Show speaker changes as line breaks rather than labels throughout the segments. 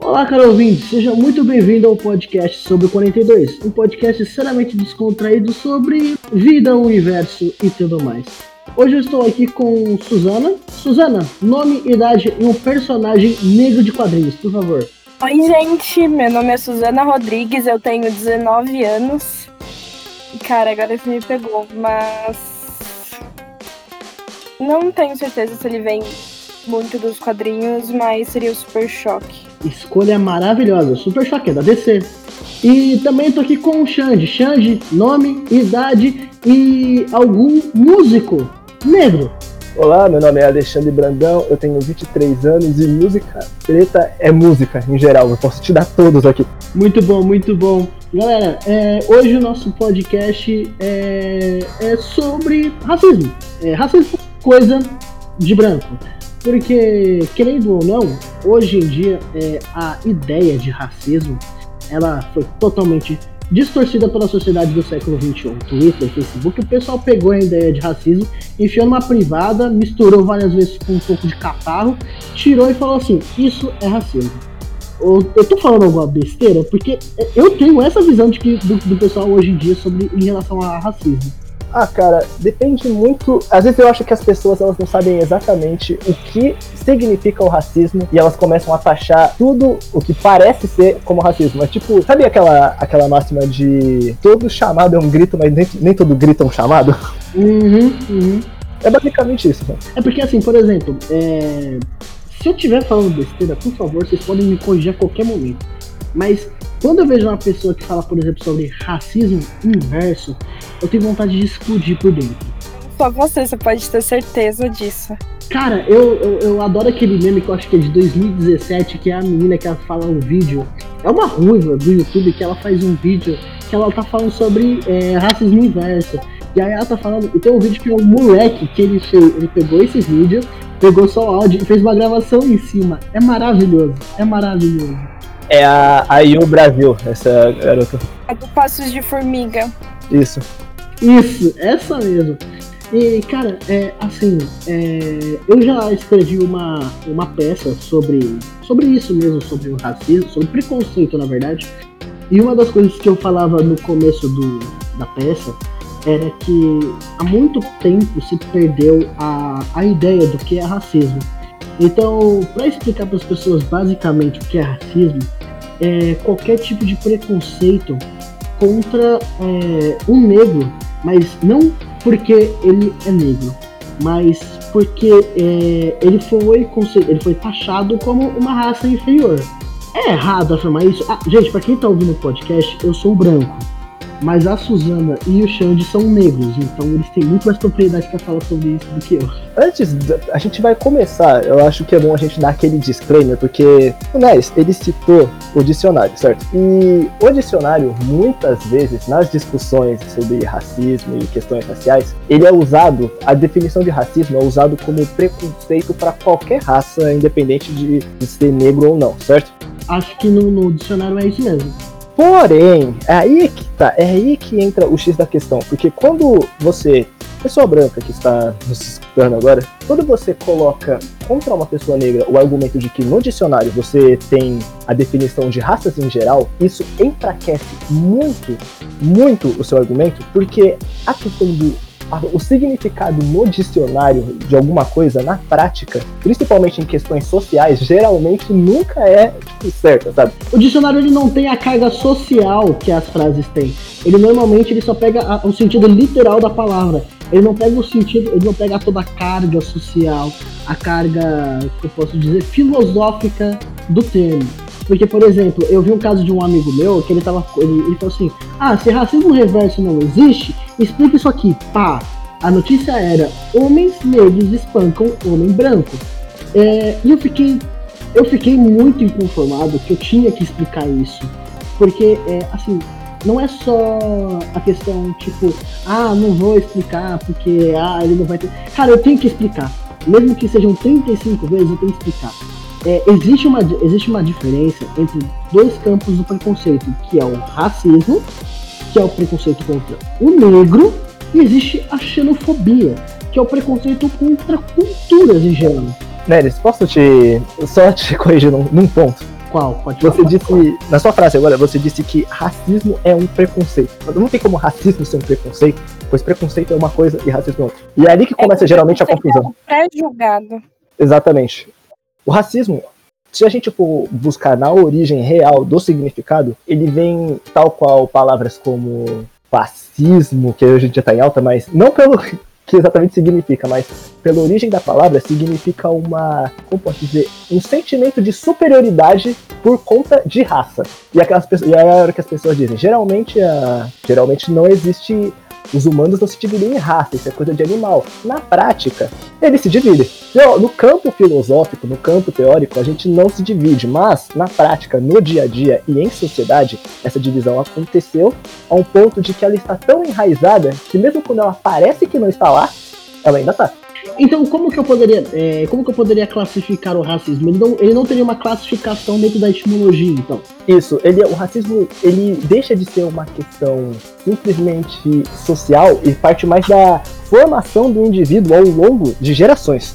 Olá, caro ouvinte, seja muito bem-vindo ao podcast sobre o 42, um podcast extremamente descontraído sobre vida, universo e tudo mais. Hoje eu estou aqui com Suzana. Suzana, nome, idade e um personagem negro de quadrinhos, por favor.
Oi, gente, meu nome é Suzana Rodrigues, eu tenho 19 anos. Cara, agora você me pegou, mas não tenho certeza se ele vem muito dos quadrinhos, mas seria o Super Choque.
Escolha maravilhosa, Super Choque, da DC. E também tô aqui com o Xande. Xande, nome, idade e algum músico negro.
Olá, meu nome é Alexandre Brandão, eu tenho 23 anos e música preta é música em geral, eu posso te dar todos aqui.
Muito bom, muito bom. Galera, hoje o nosso podcast é sobre racismo. Racismo é coisa de branco. Porque, querendo ou não, hoje em dia a ideia de racismo ela foi totalmente distorcida pela sociedade do século XXI. Twitter, Facebook, o pessoal pegou a ideia de racismo, enfiou numa privada, misturou várias vezes com um pouco de catarro, tirou e falou assim, isso é racismo. Eu tô falando alguma besteira? Porque eu tenho essa visão do pessoal hoje em dia em relação a racismo.
Ah, cara, depende muito. Às vezes eu acho que as pessoas elas não sabem exatamente o que significa o racismo e elas começam a taxar tudo o que parece ser como racismo. É tipo, sabe aquela máxima de todo chamado é um grito, mas nem todo grito é um chamado?
Uhum.
É basicamente isso, né?
É porque assim, por exemplo, se eu estiver falando besteira, por favor, vocês podem me corrigir a qualquer momento. Mas quando eu vejo uma pessoa que fala, por exemplo, sobre racismo inverso, eu tenho vontade de explodir por dentro.
Só você pode ter certeza disso.
Cara, eu adoro aquele meme que eu acho que é de 2017, que é a menina que ela fala um vídeo. É uma ruiva do YouTube que ela faz um vídeo que ela tá falando sobre racismo inverso. E aí ela tá falando, e tem um vídeo que é um moleque que ele pegou esse vídeo, pegou só o áudio e fez uma gravação em cima. É maravilhoso, é maravilhoso.
É a IU Brasil, essa garota.
É do Passos de Formiga.
Isso,
essa mesmo. E, cara, eu já escrevi uma peça sobre isso mesmo, sobre o racismo, sobre preconceito, na verdade. E uma das coisas que eu falava no começo da peça era que há muito tempo se perdeu a ideia do que é racismo. Então, para explicar para as pessoas basicamente o que é racismo, é qualquer tipo de preconceito contra um negro, mas não porque ele é negro, mas porque ele foi taxado como uma raça inferior. É errado afirmar isso? Gente, para quem tá ouvindo o podcast, eu sou branco. Mas a Suzana e o Xande são negros, então eles têm muito mais propriedade para falar sobre isso do que eu.
Antes, a gente vai começar, eu acho que é bom a gente dar aquele disclaimer, porque o Neres, ele citou o dicionário, certo? E o dicionário, muitas vezes, nas discussões sobre racismo e questões raciais, ele é usado, a definição de racismo é usado como preconceito para qualquer raça, independente de ser negro ou não, certo?
Acho que no dicionário é isso mesmo.
Porém, é aí que entra o X da questão, porque quando você, pessoa branca que está nos escutando agora, quando você coloca contra uma pessoa negra o argumento de que no dicionário você tem a definição de raças em geral, isso enfraquece muito, muito o seu argumento, porque a questão o significado no dicionário de alguma coisa, na prática, principalmente em questões sociais, geralmente nunca é certa, sabe?
O dicionário ele não tem a carga social que as frases têm. Ele normalmente só pega o sentido literal da palavra. Ele não pega ele não pega toda a carga social, a carga, que eu posso dizer, filosófica do termo. Porque, por exemplo, eu vi um caso de um amigo meu que ele falou assim, se racismo reverso não existe, explica isso aqui, pá. A notícia era, homens negros espancam homem branco. E eu fiquei muito inconformado que eu tinha que explicar isso. Porque, não é só a questão, tipo, não vou explicar porque, ele não vai ter... Cara, eu tenho que explicar. Mesmo que sejam 35 vezes, eu tenho que explicar. Existe uma diferença entre dois campos do preconceito, que é o racismo, que é o preconceito contra o negro, e existe a xenofobia, que é o preconceito contra culturas em geral.
Neres, posso só te corrigir num ponto?
Qual? Pode
Você disse, na sua frase agora, você disse que racismo é um preconceito. Não tem como racismo ser um preconceito, pois preconceito é uma coisa e racismo é outra. E é ali que começa geralmente a confusão.
Pré-julgado.
Exatamente. O racismo, se a gente for buscar na origem real do significado, ele vem tal qual palavras como fascismo, que hoje em dia está em alta, mas não pelo que exatamente significa, mas pela origem da palavra, significa como posso dizer, um sentimento de superioridade por conta de raça. E é a hora que as pessoas dizem, geralmente não existe, os humanos não se dividem em raça, isso é coisa de animal. Na prática, eles se dividem. No campo filosófico, no campo teórico, a gente não se divide, mas na prática, no dia a dia e em sociedade, essa divisão aconteceu a um ponto de que ela está tão enraizada que mesmo quando ela parece que não está lá, ela ainda está.
Então, como que eu poderia classificar o racismo? Ele não teria uma classificação dentro da etimologia, então?
Isso, o racismo, ele deixa de ser uma questão simplesmente social e parte mais da formação do indivíduo ao longo de gerações.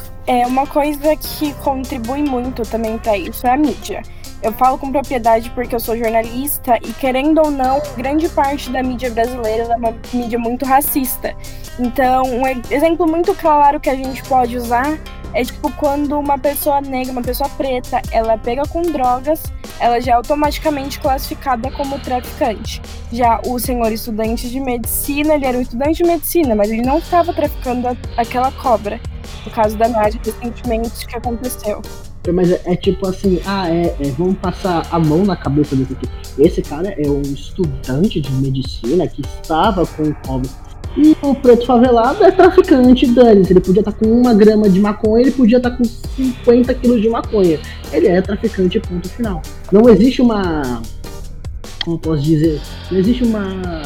É uma coisa que contribui muito também para isso, é a mídia. Eu falo com propriedade porque eu sou jornalista e, querendo ou não, grande parte da mídia brasileira é uma mídia muito racista. Então, um exemplo muito claro que a gente pode usar é tipo quando uma pessoa negra, uma pessoa preta, ela pega com drogas, ela já é automaticamente classificada como traficante. Já o senhor estudante de medicina, ele era um estudante de medicina, mas ele não estava traficando aquela cobra. No caso da Nádia, recentemente, que aconteceu.
Mas é tipo assim, vamos passar a mão na cabeça desse aqui. Esse cara é um estudante de medicina que estava com cobra. E o preto favelado é traficante, dane-se. Ele podia estar com 1 grama de maconha, ele podia estar com 50 quilos de maconha. Ele é traficante, ponto final. Não existe uma... Como eu posso dizer? Não existe uma...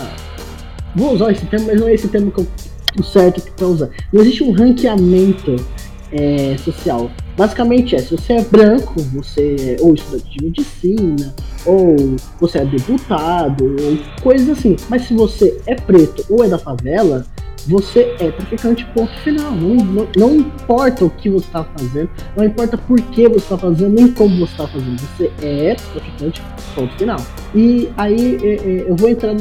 Vou usar esse termo, mas não é esse termo que o certo que pra usar. Não existe um ranqueamento social. Basicamente se você é branco, você é ou estudante de medicina, ou você é deputado, ou coisas assim. Mas se você é preto ou é da favela, você é traficante, ponto final. Não importa o que você está fazendo, não importa por que você está fazendo, nem como você está fazendo. Você é traficante, ponto final. E aí eu vou entrar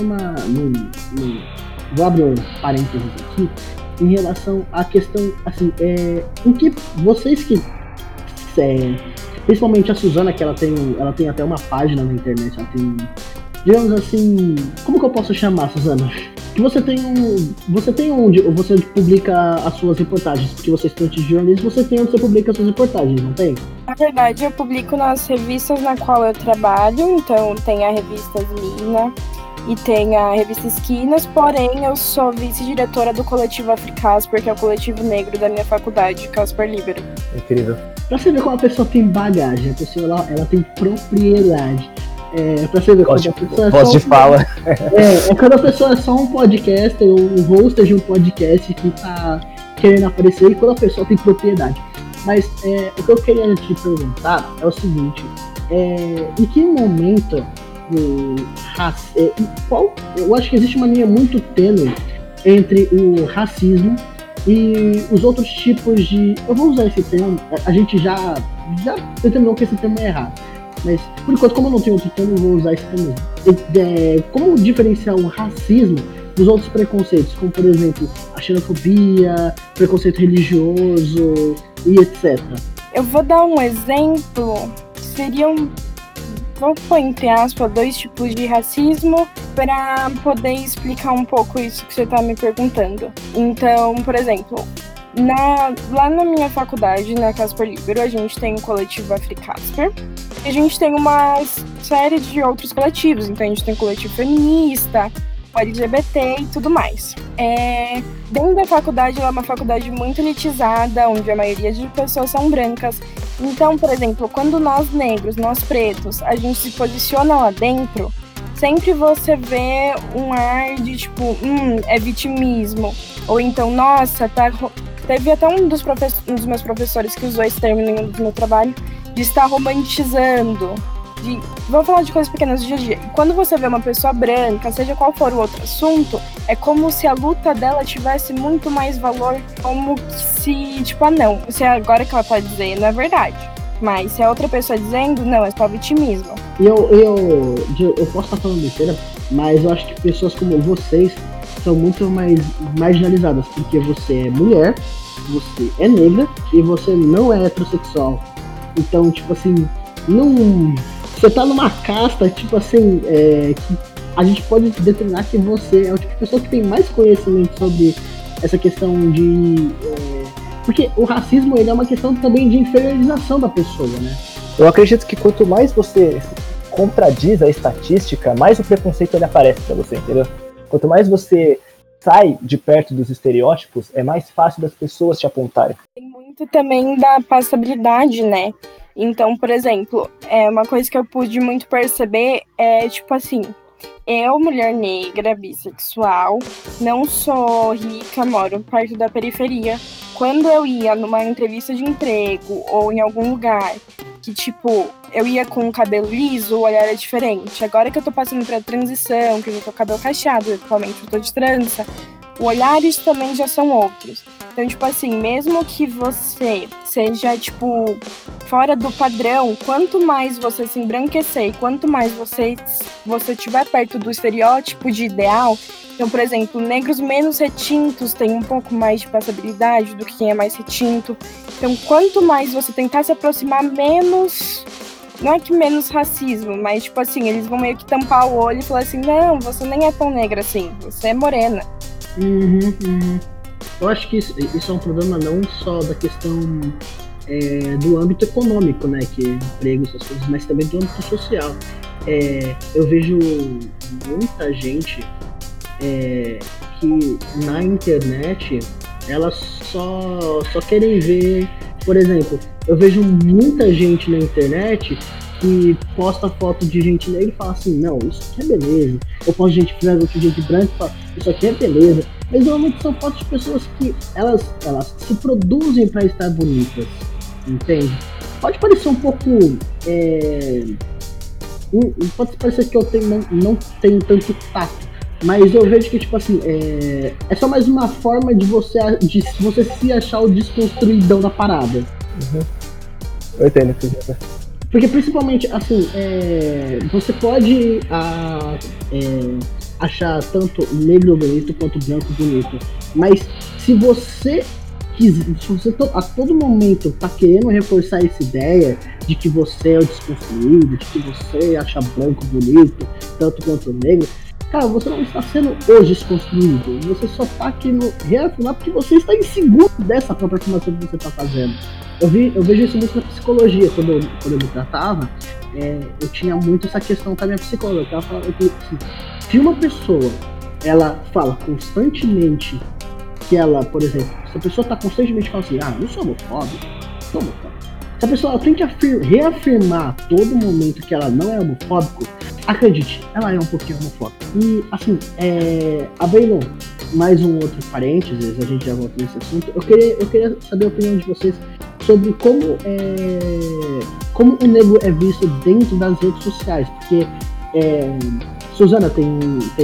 vou abrir um parênteses aqui, em relação à questão, assim, em que vocês que, principalmente a Suzana, que ela tem até uma página na internet, ela tem, digamos assim, como que eu posso chamar, Suzana? Que você tem onde você publica as suas reportagens, porque você é estudante de jornalismo, você tem onde você publica as suas reportagens, não tem?
Na verdade, eu publico nas revistas na qual eu trabalho, então tem a revista Mina e tem a revista Esquinas, porém eu sou vice-diretora do coletivo Africasper, que é o coletivo negro da minha faculdade, Casper Libero.
Incrível.
Pra você ver como a pessoa tem bagagem, a pessoa ela tem propriedade. Pra você ver como a pessoa
voz de fala.
Quando a pessoa é só um podcaster, um hoster de um podcast que tá querendo aparecer, e quando a pessoa tem propriedade. Mas o que eu queria te perguntar é o seguinte, em que momento eu acho que existe uma linha muito tênue entre o racismo e os outros tipos de... Eu vou usar esse termo, a gente já determinou que esse termo é errado, mas por enquanto, como eu não tenho outro termo, eu vou usar esse termo. Como diferenciar o racismo dos outros preconceitos, como por exemplo a xenofobia, preconceito religioso e etc.
Eu vou dar um exemplo, seriam, vou pôr entre aspas, 2 tipos de racismo para poder explicar um pouco isso que você está me perguntando. Então, por exemplo, lá na minha faculdade, na Casper Libero, a gente tem o coletivo Africasper e a gente tem uma série de outros coletivos. Então a gente tem o coletivo feminista, o LGBT e tudo mais. Dentro da faculdade, ela é uma faculdade muito elitizada, onde a maioria de pessoas são brancas. Então, por exemplo, quando nós negros, nós pretos, a gente se posiciona lá dentro, sempre você vê um ar de tipo, é vitimismo. Ou então, nossa, teve até um dos meus professores que usou esse termo no meu trabalho, de estar romantizando. Vamos falar de coisas pequenas do dia a dia. E quando você vê uma pessoa branca, seja qual for o outro assunto, é como se a luta dela tivesse muito mais valor, como se, tipo, não, isso é agora que ela pode dizer, não é verdade. Mas se é outra pessoa dizendo, não, é só vitimismo.
E eu posso estar falando besteira, mas eu acho que pessoas como vocês são muito mais marginalizadas, porque você é mulher, você é negra e você não é heterossexual. Então, tipo assim, não. Você tá numa casta, tipo assim, que a gente pode determinar que você é o tipo de pessoa que tem mais conhecimento sobre essa questão de. Porque o racismo ele é uma questão também de inferiorização da pessoa, né?
Eu acredito que quanto mais você contradiz a estatística, mais o preconceito ele aparece pra você, entendeu? Quanto mais você sai de perto dos estereótipos, é mais fácil das pessoas te apontarem.
Tem muito também da passabilidade, né? Então, por exemplo, uma coisa que eu pude muito perceber é, tipo assim, eu, mulher negra, bissexual, não sou rica, moro perto da periferia. Quando eu ia numa entrevista de emprego ou em algum lugar que, tipo, eu ia com o cabelo liso, o olhar é diferente. Agora que eu tô passando pra transição, que eu já tô com o cabelo cacheado, atualmente eu tô de trança, olhares também já são outros. Então, tipo assim, mesmo que você seja, tipo, fora do padrão, quanto mais você se embranquecer e quanto mais você estiver perto do estereótipo de ideal, então, por exemplo, negros menos retintos têm um pouco mais de passabilidade do que quem é mais retinto. Então, quanto mais você tentar se aproximar, menos... Não é que menos racismo, mas, tipo assim, eles vão meio que tampar o olho e falar assim, não, você nem é tão negra assim, você é morena.
Uhum. Eu acho que isso é um problema não só da questão do âmbito econômico, né, que é emprego, essas coisas, mas também do âmbito social. Eu vejo muita gente que na internet elas só querem ver, por exemplo, eu vejo muita gente na internet que posta foto de gente negra e fala assim, não, isso aqui é beleza. Ou posta gente branca, gente branca e fala, isso aqui é beleza. Mas normalmente são fotos de pessoas que elas se produzem para estar bonitas, entende? Pode parecer um pouco... pode parecer que eu não tenho tanto tato, mas eu vejo que, tipo assim, é só mais uma forma de você se achar o desconstruidão da parada.
Uhum. Eu entendo o que você quer.
Porque principalmente, assim, você pode achar tanto negro bonito quanto branco bonito, mas se você a todo momento tá querendo reforçar essa ideia de que você é o desconstruído, de que você acha branco bonito, tanto quanto negro, cara, você não está sendo o desconstruído, você só tá querendo reafirmar porque você está inseguro dessa própria afirmação que você está fazendo. Eu vejo isso muito na psicologia, quando eu me tratava, eu tinha muito essa questão com a minha psicóloga, que ela falava que assim, se uma pessoa, ela fala constantemente que ela, por exemplo, se a pessoa está constantemente falando assim, eu sou homofóbico, se a pessoa tem que reafirmar a todo momento que ela não é homofóbico, acredite, ela é um pouquinho homofóbica. E, assim, abrindo mais um outro parênteses, a gente já volta nesse assunto, eu queria saber a opinião de vocês sobre como o negro é visto dentro das redes sociais, porque Suzana tem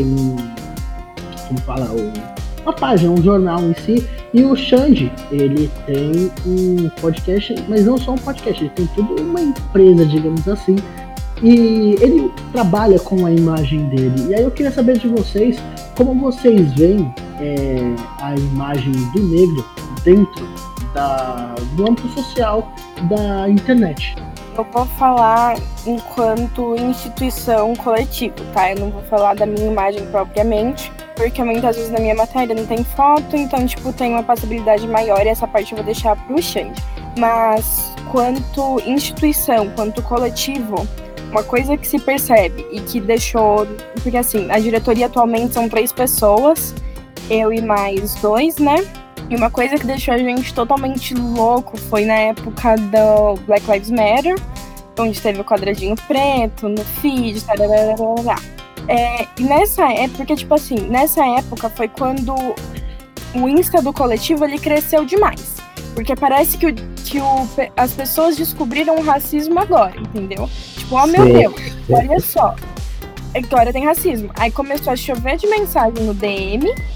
como fala, uma página, um jornal em si, e o Xande, ele tem um podcast, mas não só um podcast, ele tem tudo uma empresa, digamos assim, e ele trabalha com a imagem dele. E aí eu queria saber de vocês, como vocês veem a imagem do negro dentro do âmbito social da internet.
Eu vou falar enquanto instituição coletiva, tá? Eu não vou falar da minha imagem propriamente, porque muitas vezes na minha matéria não tem foto, então, tipo, tem uma passabilidade maior e essa parte eu vou deixar pro Xande. Mas, quanto instituição, quanto coletivo, uma coisa que se percebe e que deixou... Porque, assim, a diretoria atualmente são 3 pessoas, eu e mais 2, né? E uma coisa que deixou a gente totalmente louco foi na época do Black Lives Matter, onde teve o quadradinho preto no feed, tarararará. E nessa época, porque, tipo assim, nessa época foi quando o Insta do coletivo, ele cresceu demais. Porque parece que as pessoas descobriram o racismo agora, entendeu? Tipo, meu Deus, olha só, agora tem racismo. Aí começou a chover de mensagem no DM,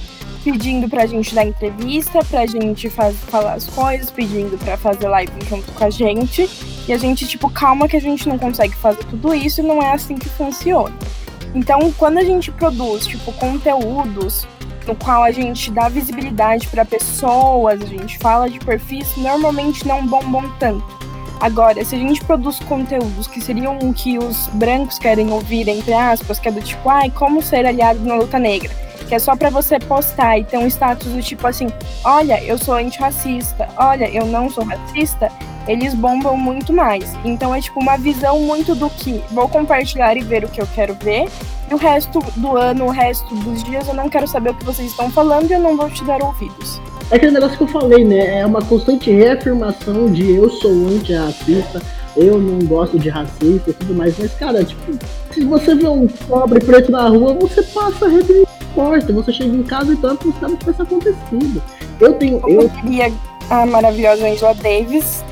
pedindo pra gente dar entrevista, pra gente falar as coisas, pedindo pra fazer live junto com a gente. E a gente, tipo, calma que a gente não consegue fazer tudo isso e não é assim que funciona. Então, quando a gente produz, tipo, conteúdos no qual a gente dá visibilidade para pessoas, a gente fala de perfis, normalmente não bombam tanto. Agora, se a gente produz conteúdos que seriam o que os brancos querem ouvir, entre aspas, que é do tipo, como ser aliado na luta negra, que é só pra você postar e ter um status do tipo assim, olha, eu sou antirracista, olha, eu não sou racista, eles bombam muito mais. Então é tipo uma visão muito do que vou compartilhar e ver o que eu quero ver, e o resto do ano, o resto dos dias eu não quero saber o que vocês estão falando e eu não vou te dar ouvidos.
É aquele negócio que eu falei, né? É uma constante reafirmação de eu sou antirracista, eu não gosto de racista e tudo mais. Mas, cara, tipo, se você vê um pobre preto na rua, você passa reto e porta. Você chega em casa e tá como se nada tivesse acontecido. Eu
queria a maravilhosa Angela Davis.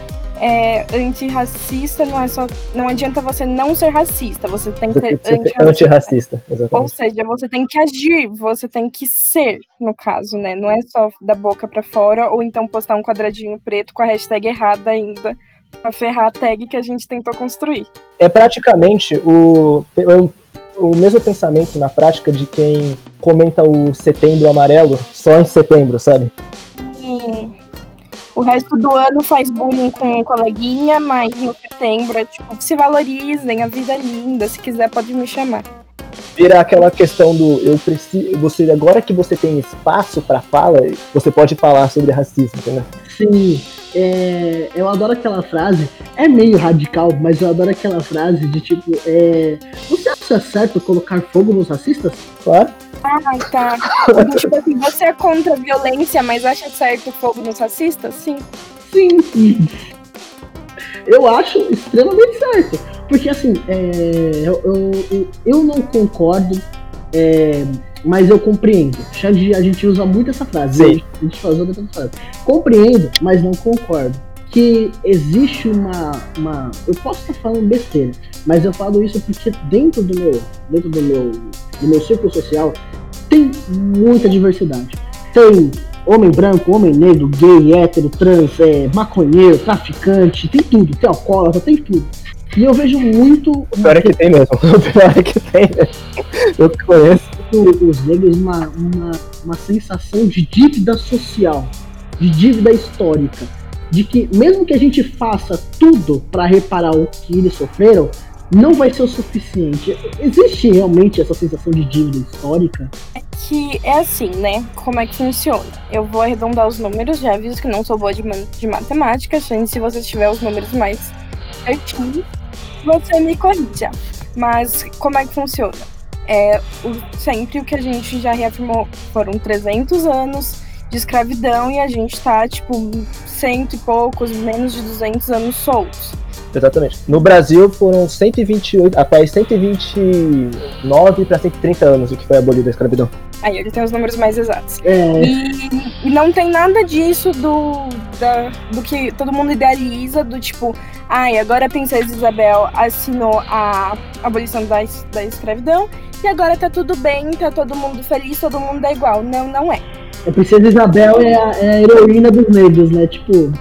Antirracista não adianta você não ser racista, você tem que ser
antirracista. Exatamente.
Ou seja, você tem que agir, você tem que ser, no caso, né? Não é só da boca pra fora, ou então postar um quadradinho preto com a hashtag errada ainda, pra ferrar a tag que a gente tentou construir.
É praticamente o mesmo pensamento na prática de quem comenta o Setembro Amarelo só em setembro, sabe?
Sim. O resto do ano faz bullying com coleguinha, mas em setembro é tipo, se valorizem, a vida é linda, se quiser pode me chamar.
Vira aquela questão do você, agora que você tem espaço pra fala, você pode falar sobre racismo, entendeu?
Sim, eu adoro aquela frase, é meio radical, mas eu adoro aquela frase de tipo, você acha certo colocar fogo nos racistas?
Claro.
Tá. Tipo assim, você é contra a violência, mas acha certo fogo nos racistas? Sim.
Sim. Eu acho extremamente certo. Porque assim, eu não concordo, mas eu compreendo. A gente usa muito essa frase.
Sim.
A gente faz outra frase. Compreendo, mas não concordo. Que existe uma. Eu posso estar falando besteira, mas eu falo isso porque dentro do meu círculo social tem muita diversidade. Tem homem branco, homem negro, gay, hétero, trans, maconheiro, traficante, tem tudo, tem alcoólatra, tem tudo. E eu vejo muito.
O pior é que tem mesmo. O pior é que tem mesmo. Eu conheço.
Os negros uma sensação de dívida social, de dívida histórica. De que mesmo que a gente faça tudo para reparar o que eles sofreram, não vai ser o suficiente. Existe realmente essa sensação de dívida histórica?
É que é assim, né? Como é que funciona? Eu vou arredondar os números, já aviso que não sou boa de matemática, gente, se você tiver os números mais certinhos, você me corrija. Mas como é que funciona? Sempre o que a gente já reafirmou foram 300 anos de escravidão e a gente tá, tipo, 100 e poucos, menos de 200 anos soltos.
Exatamente. No Brasil foram 129 para 130 anos o que foi abolida a escravidão.
Aí ele tem os números mais exatos. E não tem nada disso do que todo mundo idealiza, do tipo, agora a princesa Isabel assinou a abolição da escravidão e agora tá tudo bem, tá todo mundo feliz, todo mundo é igual. Não, não é.
A princesa Isabel é a heroína dos negros, né? Tipo.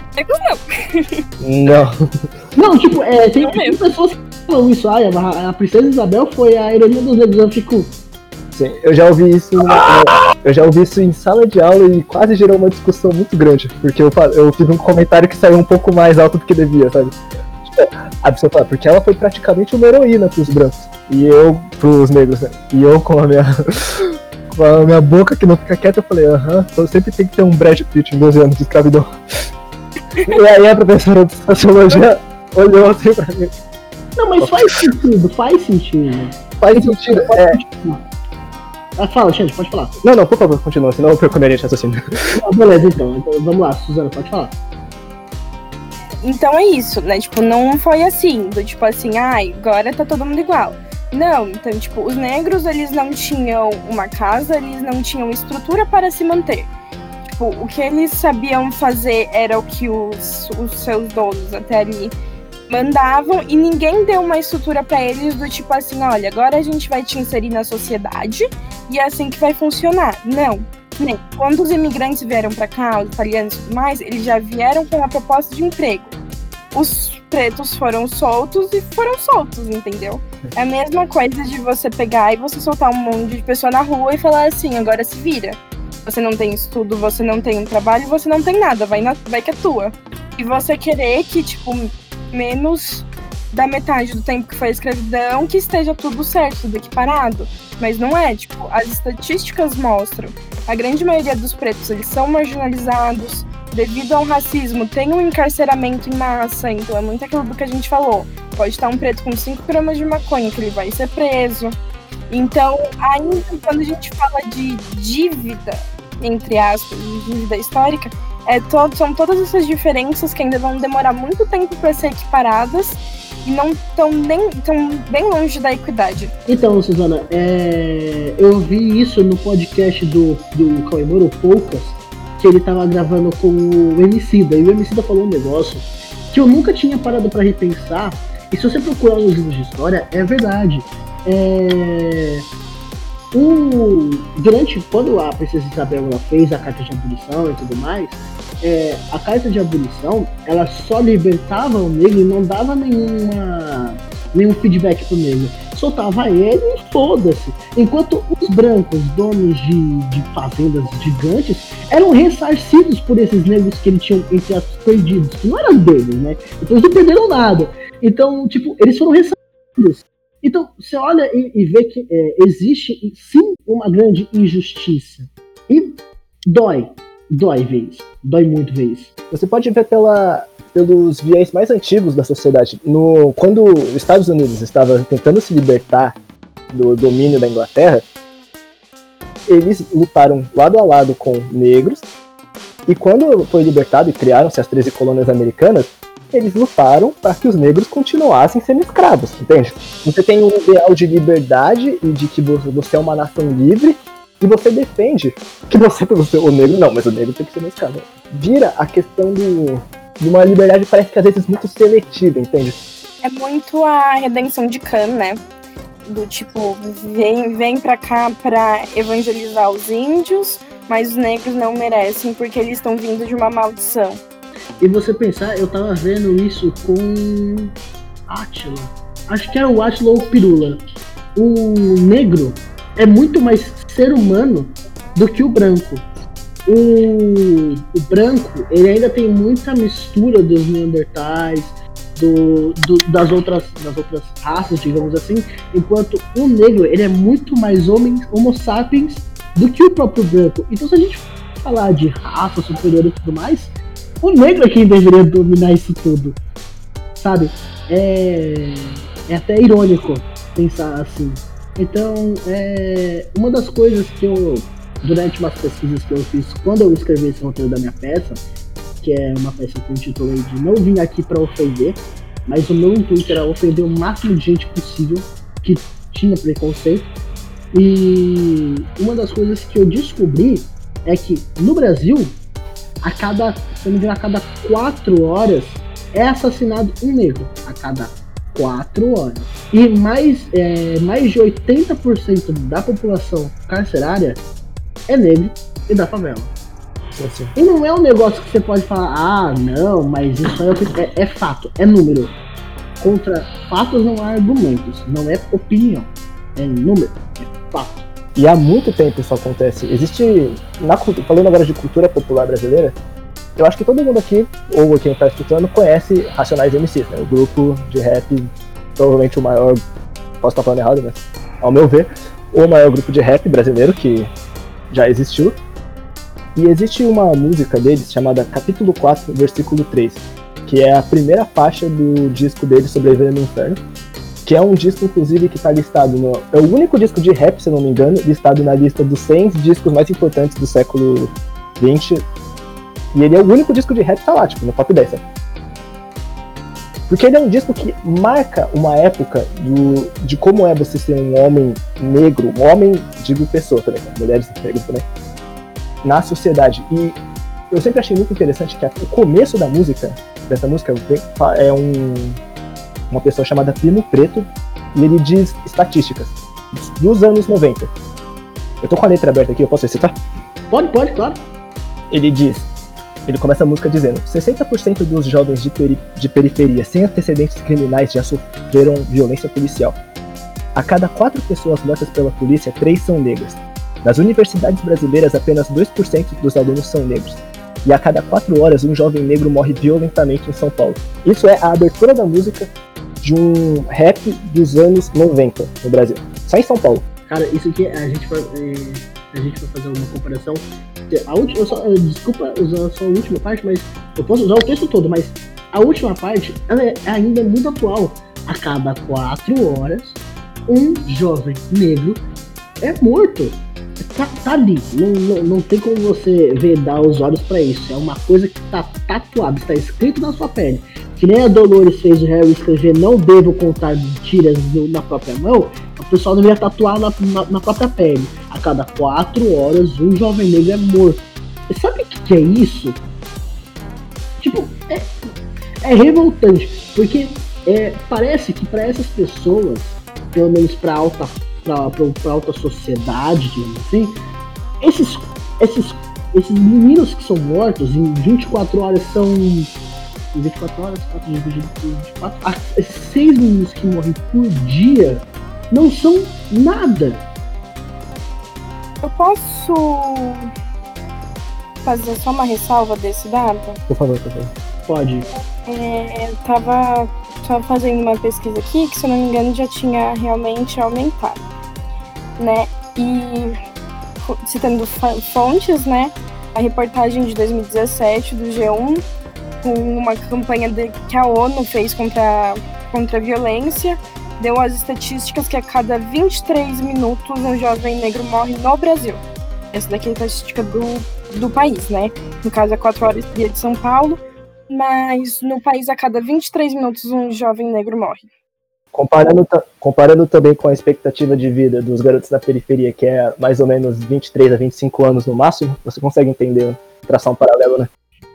Não.
Não, tipo, tem pessoas que falam isso. A princesa Isabel foi a heroína dos negros. Eu fico.
Sim, eu já ouvi isso em sala de aula e quase gerou uma discussão muito grande. Porque eu fiz um comentário que saiu um pouco mais alto do que devia, sabe? Tipo, porque ela foi praticamente uma heroína pros brancos. E eu, pros negros, né? E eu com a minha boca que não fica quieta, eu falei, então sempre tem que ter um Brad Pitt em 12 anos de escravidão. E aí a professora de sociologia olhou assim pra mim.
Não, mas faz sentido. Faz sentido. Fala, gente, pode falar.
Não, por favor, continua, senão eu perco a minha raciocínio.
Beleza, então vamos lá, Suzana, pode falar.
Então é isso, né? Tipo, não foi assim, do tipo assim, agora tá todo mundo igual. Não, então, tipo, os negros, eles não tinham uma casa, eles não tinham estrutura para se manter. Tipo, o que eles sabiam fazer era o que os seus donos até ali mandavam e ninguém deu uma estrutura para eles do tipo assim, olha, agora a gente vai te inserir na sociedade e é assim que vai funcionar. Não, Quando os imigrantes vieram pra cá, os italianos e tudo mais, eles já vieram com a proposta de emprego. Os pretos foram soltos, entendeu? É a mesma coisa de você pegar e você soltar um monte de pessoa na rua e falar assim, agora se vira. Você não tem estudo, você não tem um trabalho, você não tem nada, vai que é tua. E você querer que, tipo, menos da metade do tempo que foi a escravidão, que esteja tudo certo, tudo equiparado. Mas não é, tipo, as estatísticas mostram. A grande maioria dos pretos, eles são marginalizados, devido ao racismo, tem um encarceramento em massa, então é muito aquilo do que a gente falou. Pode estar um preto com 5 gramas de maconha, que ele vai ser preso. Então, ainda quando a gente fala de dívida, entre aspas, de dívida histórica, são todas essas diferenças que ainda vão demorar muito tempo para ser equiparadas e não estão bem longe da equidade.
Então, Suzana, eu vi isso no podcast do Cauê Poucas, que ele tava gravando com o Emicida, e o Emicida falou um negócio que eu nunca tinha parado para repensar, e se você procurar nos livros de história, é verdade. Durante quando a princesa Isabel ela fez a carta de abolição e tudo mais, a carta de abolição ela só libertava o negro e não dava nenhum feedback pro negro, soltava ele e foda-se, enquanto os brancos, donos de fazendas gigantes, eram ressarcidos por esses negros que eles tinham, entre aspas, perdidos, que não eram deles, né? Então eles não perderam nada, então, tipo, eles foram ressarcidos. Então, você olha e vê que existe, sim, uma grande injustiça. E dói ver isso. Dói muito ver isso.
Você pode ver pelos viés mais antigos da sociedade. Quando os Estados Unidos estavam tentando se libertar do domínio da Inglaterra, eles lutaram lado a lado com negros. E quando foi libertado e criaram-se as 13 colônias americanas, eles lutaram para que os negros continuassem sendo escravos, entende? Você tem um ideal de liberdade e de que você é uma nação livre, e você defende que o negro não, mas o negro tem que ser escravo. Vira a questão de uma liberdade, parece que às vezes muito seletiva, entende?
É muito a redenção de Khan, né? Do tipo, vem pra cá pra evangelizar os índios, mas os negros não merecem porque eles estão vindo de uma maldição.
E você pensar, eu tava vendo isso com Átila. Acho que era o Átila ou o Pirula. O negro é muito mais ser humano do que o branco. O branco, ele ainda tem muita mistura dos neandertais, das outras raças, digamos assim, enquanto o negro, ele é muito mais homo sapiens do que o próprio branco. Então, se a gente falar de raça superior e tudo mais, o negro é quem deveria dominar isso tudo, sabe? É até irônico pensar assim. Então, uma das coisas que eu, durante umas pesquisas que eu fiz, quando eu escrevi esse roteiro da minha peça, que é uma peça que eu intitulei de Não Vim Aqui Pra Ofender, mas o meu intuito era ofender o máximo de gente possível que tinha preconceito. E uma das coisas que eu descobri é que no Brasil, a cada 4 horas é assassinado um negro, a cada 4 horas. E mais de 80% da população carcerária é negro e da favela.
Sim.
E não é um negócio que você pode falar, não, mas isso é fato, é número. Contra fatos não há argumentos, não é opinião, é número, é fato.
E há muito tempo isso acontece. Existe, falando agora de cultura popular brasileira, eu acho que todo mundo aqui, ou quem está escutando, conhece Racionais MCs, né? O grupo de rap, provavelmente o maior, posso estar falando errado, mas ao meu ver, o maior grupo de rap brasileiro que já existiu. E existe uma música deles chamada Capítulo 4, versículo 3, que é a primeira faixa do disco deles, Sobrevivendo no Inferno, que é um disco, inclusive, que está listado é o único disco de rap, se não me engano, listado na lista dos 100 discos mais importantes do século XX, e ele é o único disco de rap que tá lá, tipo, no top 10, sabe? Porque ele é um disco que marca uma época de como é você ser um homem negro, um homem, digo pessoa também, mulheres negras também, na sociedade. E eu sempre achei muito interessante que o começo dessa música é uma pessoa chamada Pino Preto, e ele diz estatísticas dos anos 90. Eu tô com a letra aberta aqui, eu posso recitar?
Pode, claro.
Ele começa a música dizendo: 60% dos jovens de periferia sem antecedentes criminais já sofreram violência policial. A cada 4 pessoas mortas pela polícia, 3 são negras. Nas universidades brasileiras, apenas 2% dos alunos são negros. E a cada 4 horas, um jovem negro morre violentamente em São Paulo. Isso é a abertura da música de um rap dos anos 90 no Brasil. Só em São Paulo.
Cara, isso aqui a gente vai fazer uma comparação. Desculpa usar só a última parte, mas eu posso usar o texto todo, mas a última parte ela é ainda muito atual. A cada 4 horas, um jovem negro é morto. Tá ali, não tem como você vedar os olhos pra isso. É uma coisa que tá tatuada, está escrito na sua pele. Que nem a Dolores fez o Harry escrever "Não devo contar mentiras" na própria mão. O pessoal deveria tatuar na própria pele. A cada 4 horas, um jovem negro é morto. E sabe o que é isso? Tipo, é revoltante. Porque parece que pra essas pessoas, pelo menos pra alta sociedade, digamos assim, esses meninos que são mortos em 24 horas são... 24 horas, 4 dividido por 24... Esses 6 meninos que morrem por dia não são nada.
Eu posso fazer só uma ressalva desse dado?
Por favor.
Pode.
Tava fazendo uma pesquisa aqui que, se eu não me engano, já tinha realmente aumentado, né? E citando fontes, né? A reportagem de 2017 do G1, com uma campanha que a ONU fez contra a violência, deu as estatísticas que a cada 23 minutos um jovem negro morre no Brasil. Essa daqui é a estatística do país, né? No caso, é 4 horas por dia de São Paulo, mas no país, a cada 23 minutos um jovem negro morre.
Comparando também com a expectativa de vida dos garotos da periferia, que é mais ou menos 23 a 25 anos no máximo, você consegue entender, traçar um paralelo, né?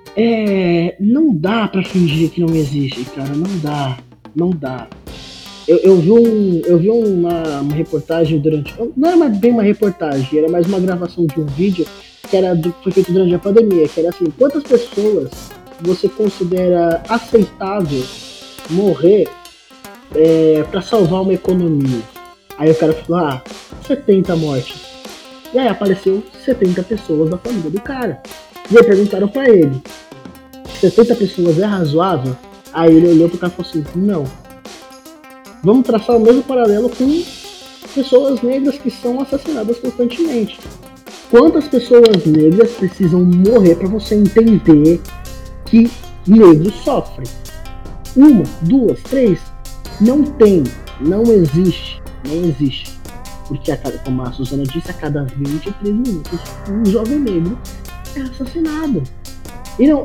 Não dá pra fingir que não existe, cara, não dá. Eu vi uma reportagem não era bem uma reportagem, era mais uma gravação de um vídeo que foi feito durante a pandemia, que era assim: quantas pessoas você considera aceitável morrer pra salvar uma economia? Aí o cara falou, 70 mortes. E aí apareceu 70 pessoas da família do cara. E aí perguntaram pra ele: 70 pessoas é razoável? Aí ele olhou pro cara e falou assim: não. Vamos traçar o mesmo paralelo com pessoas negras que são assassinadas constantemente. Quantas pessoas negras precisam morrer pra você entender que negros sofrem? 1, 2, 3? Não existe. Porque, como a Suzana disse, a cada 23 minutos um jovem negro é assassinado. Eu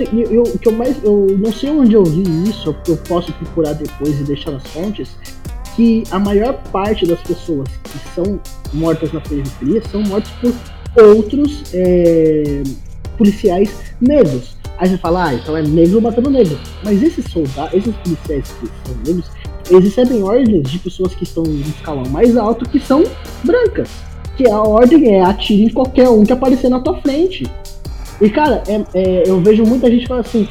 não sei onde eu vi isso, eu posso procurar depois e deixar nas fontes, que a maior parte das pessoas que são mortas na periferia são mortas por outros policiais negros. Aí você fala, então é negro matando negro. Mas esses policiais que são negros, eles recebem ordens de pessoas que estão em escalão mais alto, que são brancas. Que a ordem é atire em qualquer um que aparecer na tua frente. E cara, eu vejo muita gente falando assim,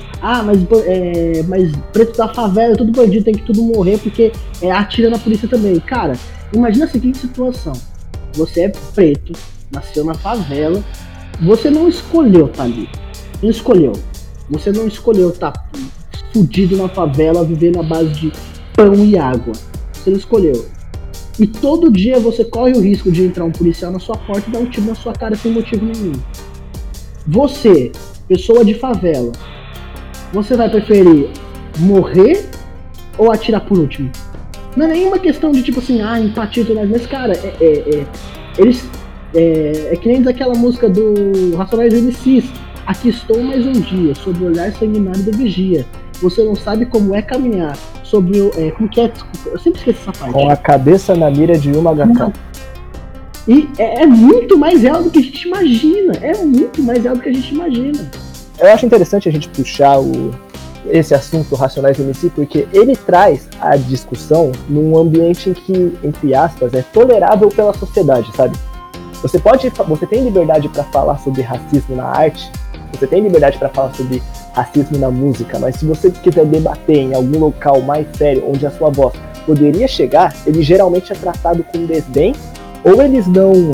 mas preto da favela, tudo bandido, tem que tudo morrer porque atira na polícia também. Cara, imagina a seguinte situação: você é preto, nasceu na favela, você não escolheu estar ali. Não escolheu. Você não escolheu estar fudido na favela, vivendo à base de pão e água. Você não escolheu. E todo dia você corre o risco de entrar um policial na sua porta e dar um tiro na sua cara sem motivo nenhum. Você, pessoa de favela, você vai preferir morrer ou atirar por último? Não é nenhuma questão de tipo assim, empatia e tudo mais, mas cara, eles... É que nem daquela música do Racionais MCs: aqui estou mais um dia, sob o olhar sanguinário do vigia. Você não sabe como é caminhar sobre o... como que é? Desculpa, eu sempre esqueço essa parte.
Com a cabeça na mira de uma HK.
E é muito mais real do que a gente imagina.
Eu acho interessante a gente puxar esse assunto Racionais MC, porque ele traz a discussão num ambiente em que, entre aspas, é tolerável pela sociedade, sabe? Você tem liberdade para falar sobre racismo na arte, você tem liberdade para falar sobre racismo na música, mas se você quiser debater em algum local mais sério, onde a sua voz poderia chegar, ele geralmente é tratado com desdém, ou eles dão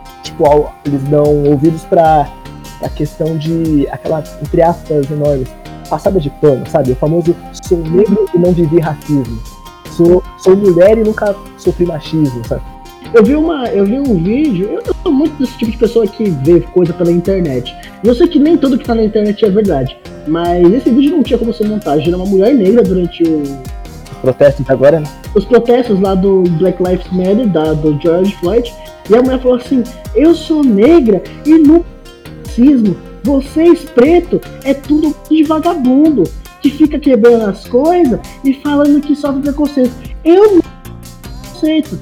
ouvidos para a questão de aquela, entre aspas, enormes, passada de pano, sabe? O famoso sou negro e não vivi racismo. Sou mulher e nunca sofri machismo, sabe?
Eu vi um vídeo, eu sou muito desse tipo de pessoa que vê coisa pela internet. E eu sei que nem tudo que tá na internet é verdade, mas esse vídeo não tinha como você montar. Era uma mulher negra durante os
protestos agora, né?
Os protestos lá do Black Lives Matter, do George Floyd, e a mulher falou assim, eu sou negra e não racismo, vocês pretos é tudo de vagabundo, que fica quebrando as coisas e falando que sofre preconceito. Eu não preconceito.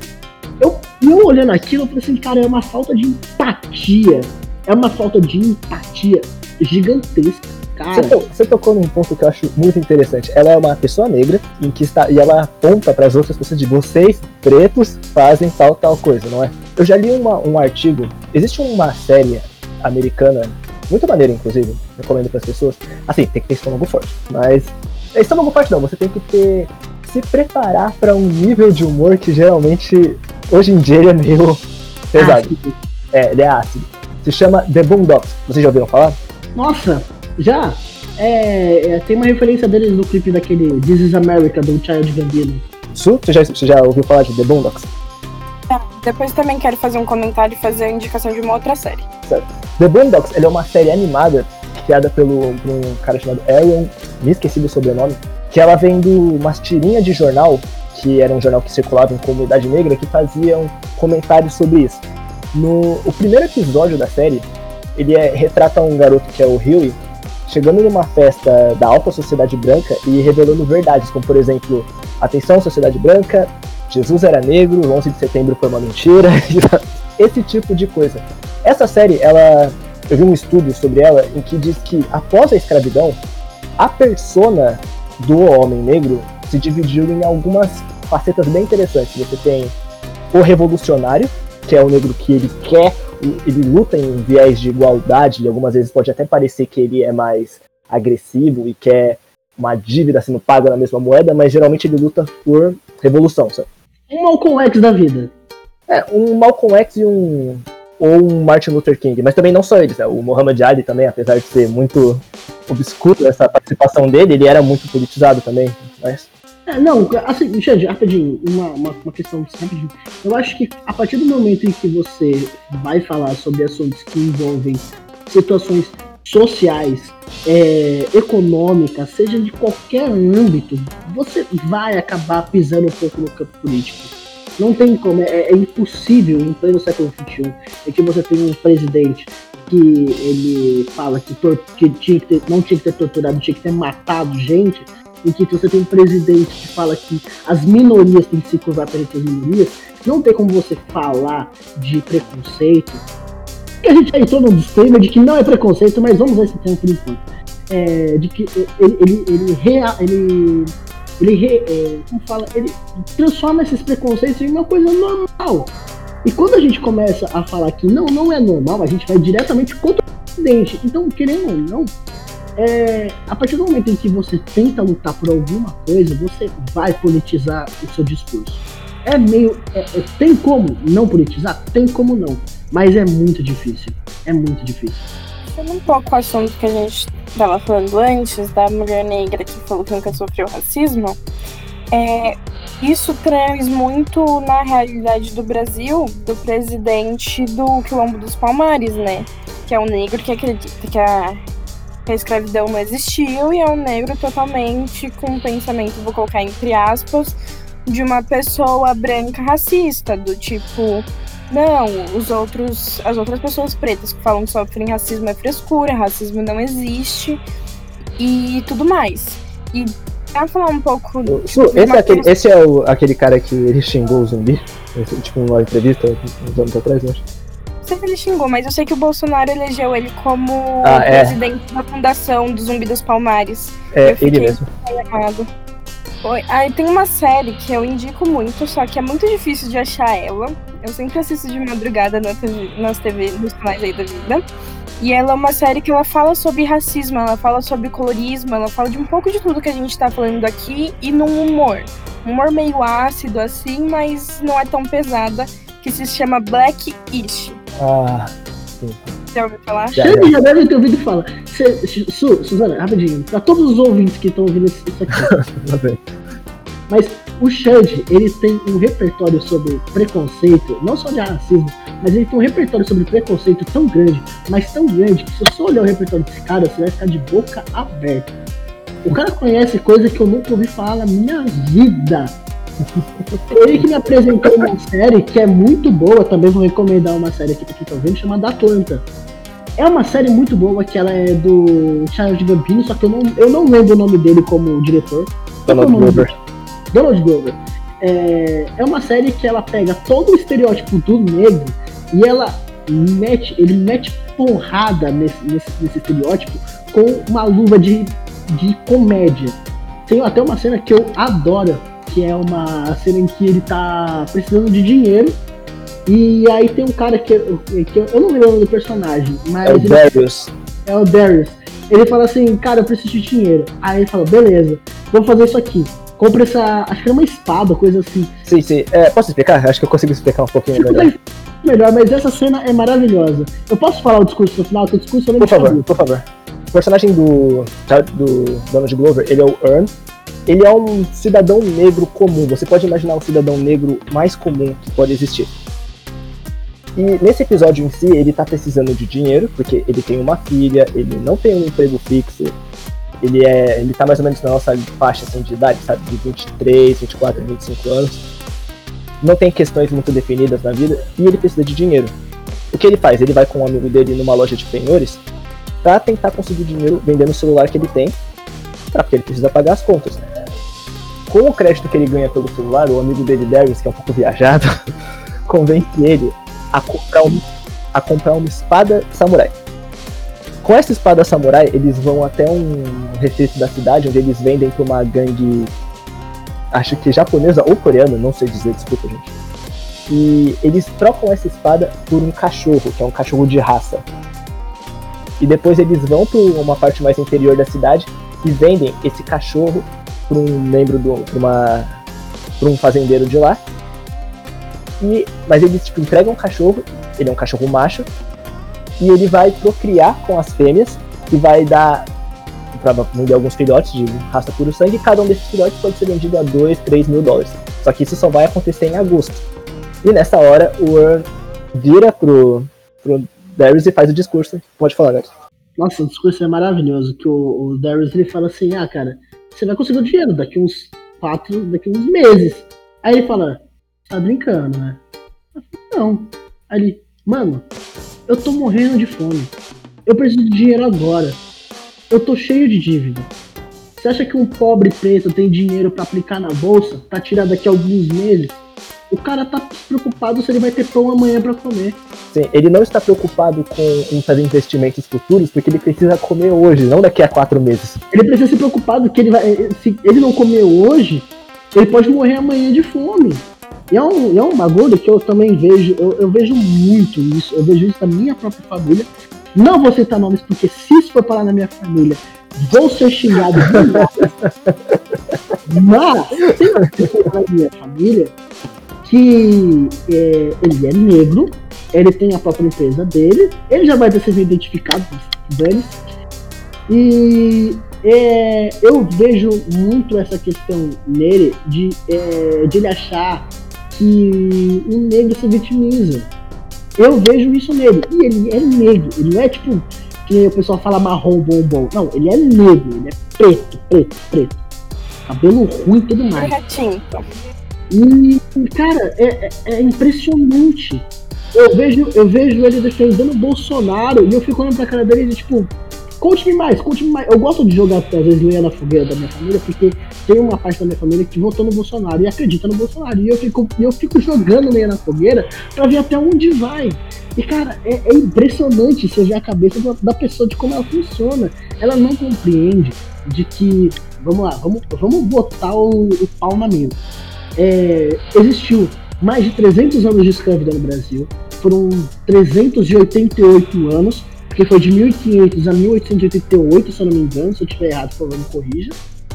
Eu olhando aquilo, eu falei assim, cara, é uma falta de empatia. É uma falta de empatia gigantesca, cara.
Você tocou num ponto que eu acho muito interessante. Ela é uma pessoa negra e ela aponta para as outras pessoas de vocês, pretos, fazem tal coisa, não é? Eu já li um artigo, existe uma série americana, muito maneira, inclusive, recomendo para as pessoas. Assim, tem que ter estômago forte, mas... Estômago forte não, você tem que se preparar para um nível de humor que geralmente... Hoje em dia ele é meio pesado. Ácido. Ele é ácido. Se chama The Boondocks. Vocês já ouviram falar?
Nossa, já? Tem uma referência deles no clipe daquele This is America, do Child Gambino.
Su, você já ouviu falar de The Boondocks?
Depois também quero fazer um comentário e fazer a indicação de uma outra série.
Certo. The Boondocks, ele é uma série animada criada por um cara chamado Aaron, me esqueci do sobrenome, que ela vem de umas tirinhas de jornal, que era um jornal que circulava em comunidade negra, que faziam comentários sobre isso. O primeiro episódio da série, ele retrata um garoto que é o Huey, chegando numa festa da alta sociedade branca e revelando verdades, como por exemplo, atenção sociedade branca, Jesus era negro, 11 de setembro foi uma mentira, esse tipo de coisa. Essa série, eu vi um estudo sobre ela em que diz que após a escravidão, a persona do homem negro se dividiu em algumas facetas bem interessantes. Você tem o revolucionário, que é o negro que ele luta em viés de igualdade, e algumas vezes pode até parecer que ele é mais agressivo e quer uma dívida sendo paga na mesma moeda, mas geralmente ele luta por revolução, sabe?
Um Malcolm X da vida.
Um Malcolm X ou um Martin Luther King, mas também não só eles, o Muhammad Ali também, apesar de ser muito obscuro essa participação dele, ele era muito politizado também, mas...
Não, assim, Xande, rapidinho, uma questão rapidinho. Eu acho que a partir do momento em que você vai falar sobre assuntos que envolvem situações sociais, econômicas, seja de qualquer âmbito, você vai acabar pisando um pouco no campo político. Não tem como, é impossível em pleno século XXI, que você tem um presidente que ele fala que não tinha que ter torturado, tinha que ter matado gente, e que você tem um presidente que fala que as minorias têm que se curvar perante as minorias. Não tem como você falar de preconceito. E a gente já entrou num disclaimer de que não é preconceito, mas vamos usar esse termo por enquanto. De que ele transforma esses preconceitos em uma coisa normal. E quando a gente começa a falar que não é normal, a gente vai diretamente contra o presidente. Então, querendo ou não, a partir do momento em que você tenta lutar por alguma coisa, você vai politizar o seu discurso. Tem como não politizar? Tem como não. Mas é muito difícil. É muito difícil.
Sendo um pouco o assunto que a gente estava falando antes, da mulher negra que falou que nunca sofreu racismo, isso traz muito na realidade do Brasil, do presidente do Quilombo dos Palmares, né? Que é um negro que acredita que a escravidão não existiu e é um negro totalmente com um pensamento, vou colocar entre aspas, de uma pessoa branca racista, do tipo, não, as outras pessoas pretas que falam que sofrem racismo é frescura, racismo não existe e tudo mais. E pra falar um pouco...
Esse é aquele cara que ele xingou o zumbi? Tipo, numa entrevista uns anos atrás, eu acho.
Não sei se ele xingou, mas eu sei que o Bolsonaro elegeu ele como presidente da fundação do Zumbi dos Palmares.
Ele mesmo.
Aí tem uma série que eu indico muito, só que é muito difícil de achar ela. Eu sempre assisto de madrugada nas TV, nos canais aí da vida. E ela é uma série que ela fala sobre racismo, ela fala sobre colorismo, ela fala de um pouco de tudo que a gente tá falando aqui e num humor. Um humor meio ácido, assim, mas não é tão pesada, que se chama Blackish.
Ah, sim.
Já ouviu falar?
Vocês já devem ter ouvido falar. Suzana, rapidinho, pra todos os ouvintes que estão ouvindo isso aqui. Mas o Xande, ele tem um repertório sobre preconceito, não só de racismo, mas ele tem um repertório sobre preconceito tão grande, mas tão grande, que se você olhar o repertório desse cara, você vai ficar de boca aberta. O cara conhece coisa que eu nunca ouvi falar na minha vida. Ele que me apresentou uma série que é muito boa, também vou recomendar uma série aqui pra quem tá ouvindo, chamada Atlanta. É uma série muito boa, que ela é do Charles Gambino, só que eu não lembro o nome dele como diretor.
Donald Glover.
Donald Glover. É uma série que ela pega todo o estereótipo do negro e ele mete porrada nesse estereótipo com uma luva de comédia. Tem até uma cena que eu adoro, que é uma cena em que ele tá precisando de dinheiro e aí tem um cara que eu não lembro o nome do personagem, mas
é o Darius.
É o Darius. Ele fala assim, cara, eu preciso de dinheiro. Aí ele fala, beleza, vou fazer isso aqui. Compra essa, acho que é uma espada, coisa assim.
Sim. Posso explicar? Acho que eu consigo explicar um pouquinho
melhor, mas essa cena é maravilhosa. Eu posso falar o discurso no final? Que o discurso eu não
Por favor. O personagem do Donald Glover, ele é o Earn. Ele é um cidadão negro comum. Você pode imaginar um cidadão negro mais comum que pode existir. E nesse episódio em si, ele tá precisando de dinheiro, porque ele tem uma filha, ele não tem um emprego fixo. Ele tá mais ou menos na nossa faixa assim, de idade, sabe? De 23, 24, 25 anos. Não tem questões muito definidas na vida e ele precisa de dinheiro. O que ele faz? Ele vai com um amigo dele numa loja de penhores pra tentar conseguir dinheiro vendendo o celular que ele tem, porque ele precisa pagar as contas. Com o crédito que ele ganha pelo celular, o amigo dele, Darius, que é um pouco viajado, convence ele a comprar uma espada samurai. Com essa espada samurai, eles vão até um recinto da cidade, onde eles vendem pra uma gangue, acho que japonesa ou coreana, não sei dizer, desculpa, gente. E eles trocam essa espada por um cachorro, que é um cachorro de raça. E depois eles vão pra uma parte mais interior da cidade e vendem esse cachorro pra um membro pra um fazendeiro de lá. Mas eles entregam o cachorro, ele é um cachorro macho, e ele vai procriar com as fêmeas e vai dar para vender alguns filhotes de raça puro sangue, e cada um desses filhotes pode ser vendido a 2, 3 mil dólares. Só que isso só vai acontecer em agosto. E nessa hora o Earn vira pro Darius e faz o discurso. Pode falar, Neto.
Nossa, o discurso é maravilhoso, que o Darius ele fala assim, cara, você vai conseguir o dinheiro daqui uns meses. Aí ele fala, tá brincando, né? Não. Aí ele, mano, eu tô morrendo de fome. Eu preciso de dinheiro agora. Eu tô cheio de dívida. Você acha que um pobre preto tem dinheiro pra aplicar na bolsa, pra tirar daqui a alguns meses? O cara tá preocupado se ele vai ter pão amanhã pra comer.
Sim, ele não está preocupado em fazer investimentos futuros, porque ele precisa comer hoje, não daqui a 4 meses.
Ele precisa se preocupar que se ele não comer hoje, ele pode morrer amanhã de fome. E é um bagulho que eu também vejo, eu vejo muito isso, eu vejo isso na minha própria família. Não vou citar nomes, porque se isso for parar na minha família, vou ser xingado demais. Mas tem uma pessoa na minha família que ele é negro, ele tem a própria empresa dele, ele já vai ter sido identificado deles. E eu vejo muito essa questão nele de ele achar que o negro se vitimiza. Eu vejo isso nele. E ele é negro. Ele não é tipo que o pessoal fala marrom, bombom. Não, ele é negro. Ele é preto. Cabelo ruim e tudo mais. E, cara, é impressionante. Eu vejo ele defendendo o Bolsonaro e eu fico olhando pra cara dele e tipo, conte-me mais. Eu gosto de jogar, às vezes, lenha na fogueira da minha família, porque tem uma parte da minha família que votou no Bolsonaro e acredita no Bolsonaro. E eu fico jogando lenha na fogueira pra ver até onde vai. E, cara, é impressionante você ver a cabeça da pessoa, de como ela funciona. Ela não compreende de que, vamos lá, vamos botar o pau na mesa. Existiu mais de 300 anos de escravidão no Brasil. Foram 388 anos, porque foi de 1500 a 1888, se eu não me engano. Se eu estiver errado, por favor, me corrija.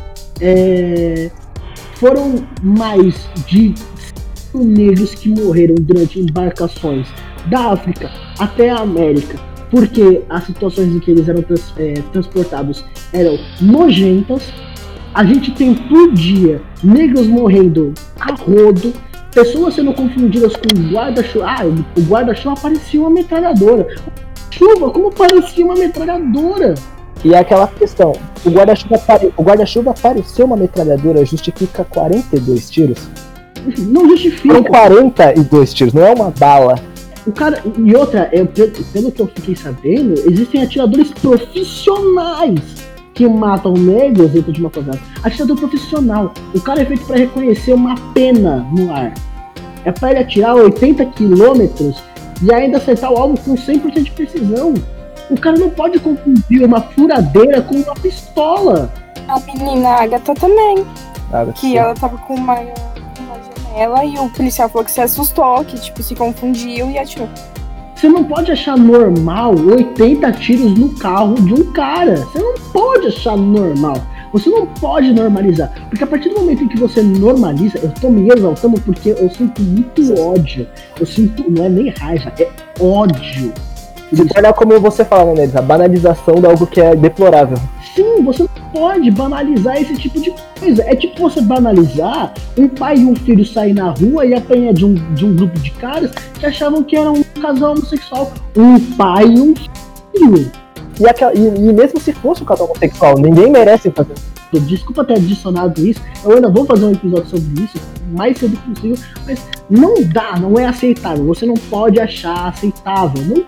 Foram mais de 5 negros que morreram durante embarcações da África até a América, porque as situações em que eles eram transportados eram nojentas. A gente tem por dia negros morrendo a rodo, pessoas sendo confundidas com guarda-chuva. O guarda-chuva parecia uma metralhadora. Chuva, como parecia uma metralhadora?
E é aquela questão, o guarda-chuva parecer uma metralhadora justifica 42 tiros?
Não justifica.
São 42 tiros, não é uma bala.
O cara, e outra, pelo que eu fiquei sabendo, existem atiradores profissionais que matam negros dentro de uma favela. Atirador profissional. O cara é feito para reconhecer uma pena no ar. É para ele atirar 80 quilômetros e ainda acertar o alvo com 100% de precisão. O cara não pode confundir uma furadeira com uma pistola.
A menina Agatha também.
Que
ela tava com uma janela e o policial falou que se assustou, que tipo, se confundiu e atirou.
Você não pode achar normal 80 tiros no carro de um cara. Você não pode achar normal. Você não pode normalizar. Porque a partir do momento em que você normaliza, eu tô me exaltando porque eu sinto muito ódio. Eu sinto, não é nem raiva, é ódio.
Se torna como você fala, né, a banalização de algo que é deplorável.
Sim, você não pode banalizar esse tipo de coisa. É tipo você banalizar um pai e um filho sair na rua e apanhar de um grupo de caras que achavam que era um casal homossexual. Um pai e um filho.
E mesmo se fosse um casal homossexual, ninguém merece fazer.
Desculpa ter adicionado isso, eu ainda vou fazer um episódio sobre isso o mais cedo possível, mas não dá, não é aceitável. Você não pode achar aceitável. Não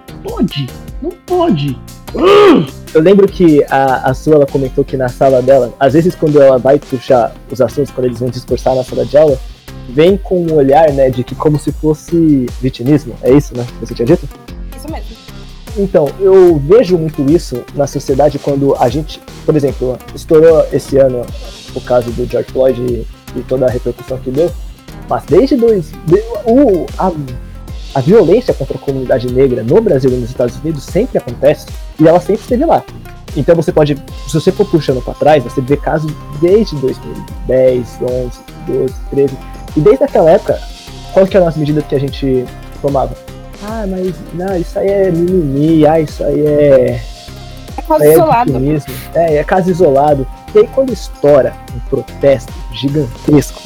pode.
Eu lembro que a Su, ela comentou que na sala dela, às vezes quando ela vai puxar os assuntos, quando eles vão discursar na sala de aula, vem com um olhar, né, de que como se fosse vitimismo. É isso, né? Você tinha dito?
Isso mesmo.
Então, eu vejo muito isso na sociedade quando a gente, por exemplo, estourou esse ano o caso do George Floyd e toda a repercussão que deu, mas desde a violência contra a comunidade negra no Brasil e nos Estados Unidos sempre acontece e ela sempre esteve lá. Então você pode, se você for puxando para trás, você vê casos desde 2010, 11, 12, 13, e desde aquela época, qual que eram as medidas que a gente tomava? Mas não, isso aí é mimimi, isso aí é
caso isolado.
É caso isolado. E aí quando estoura um protesto gigantesco,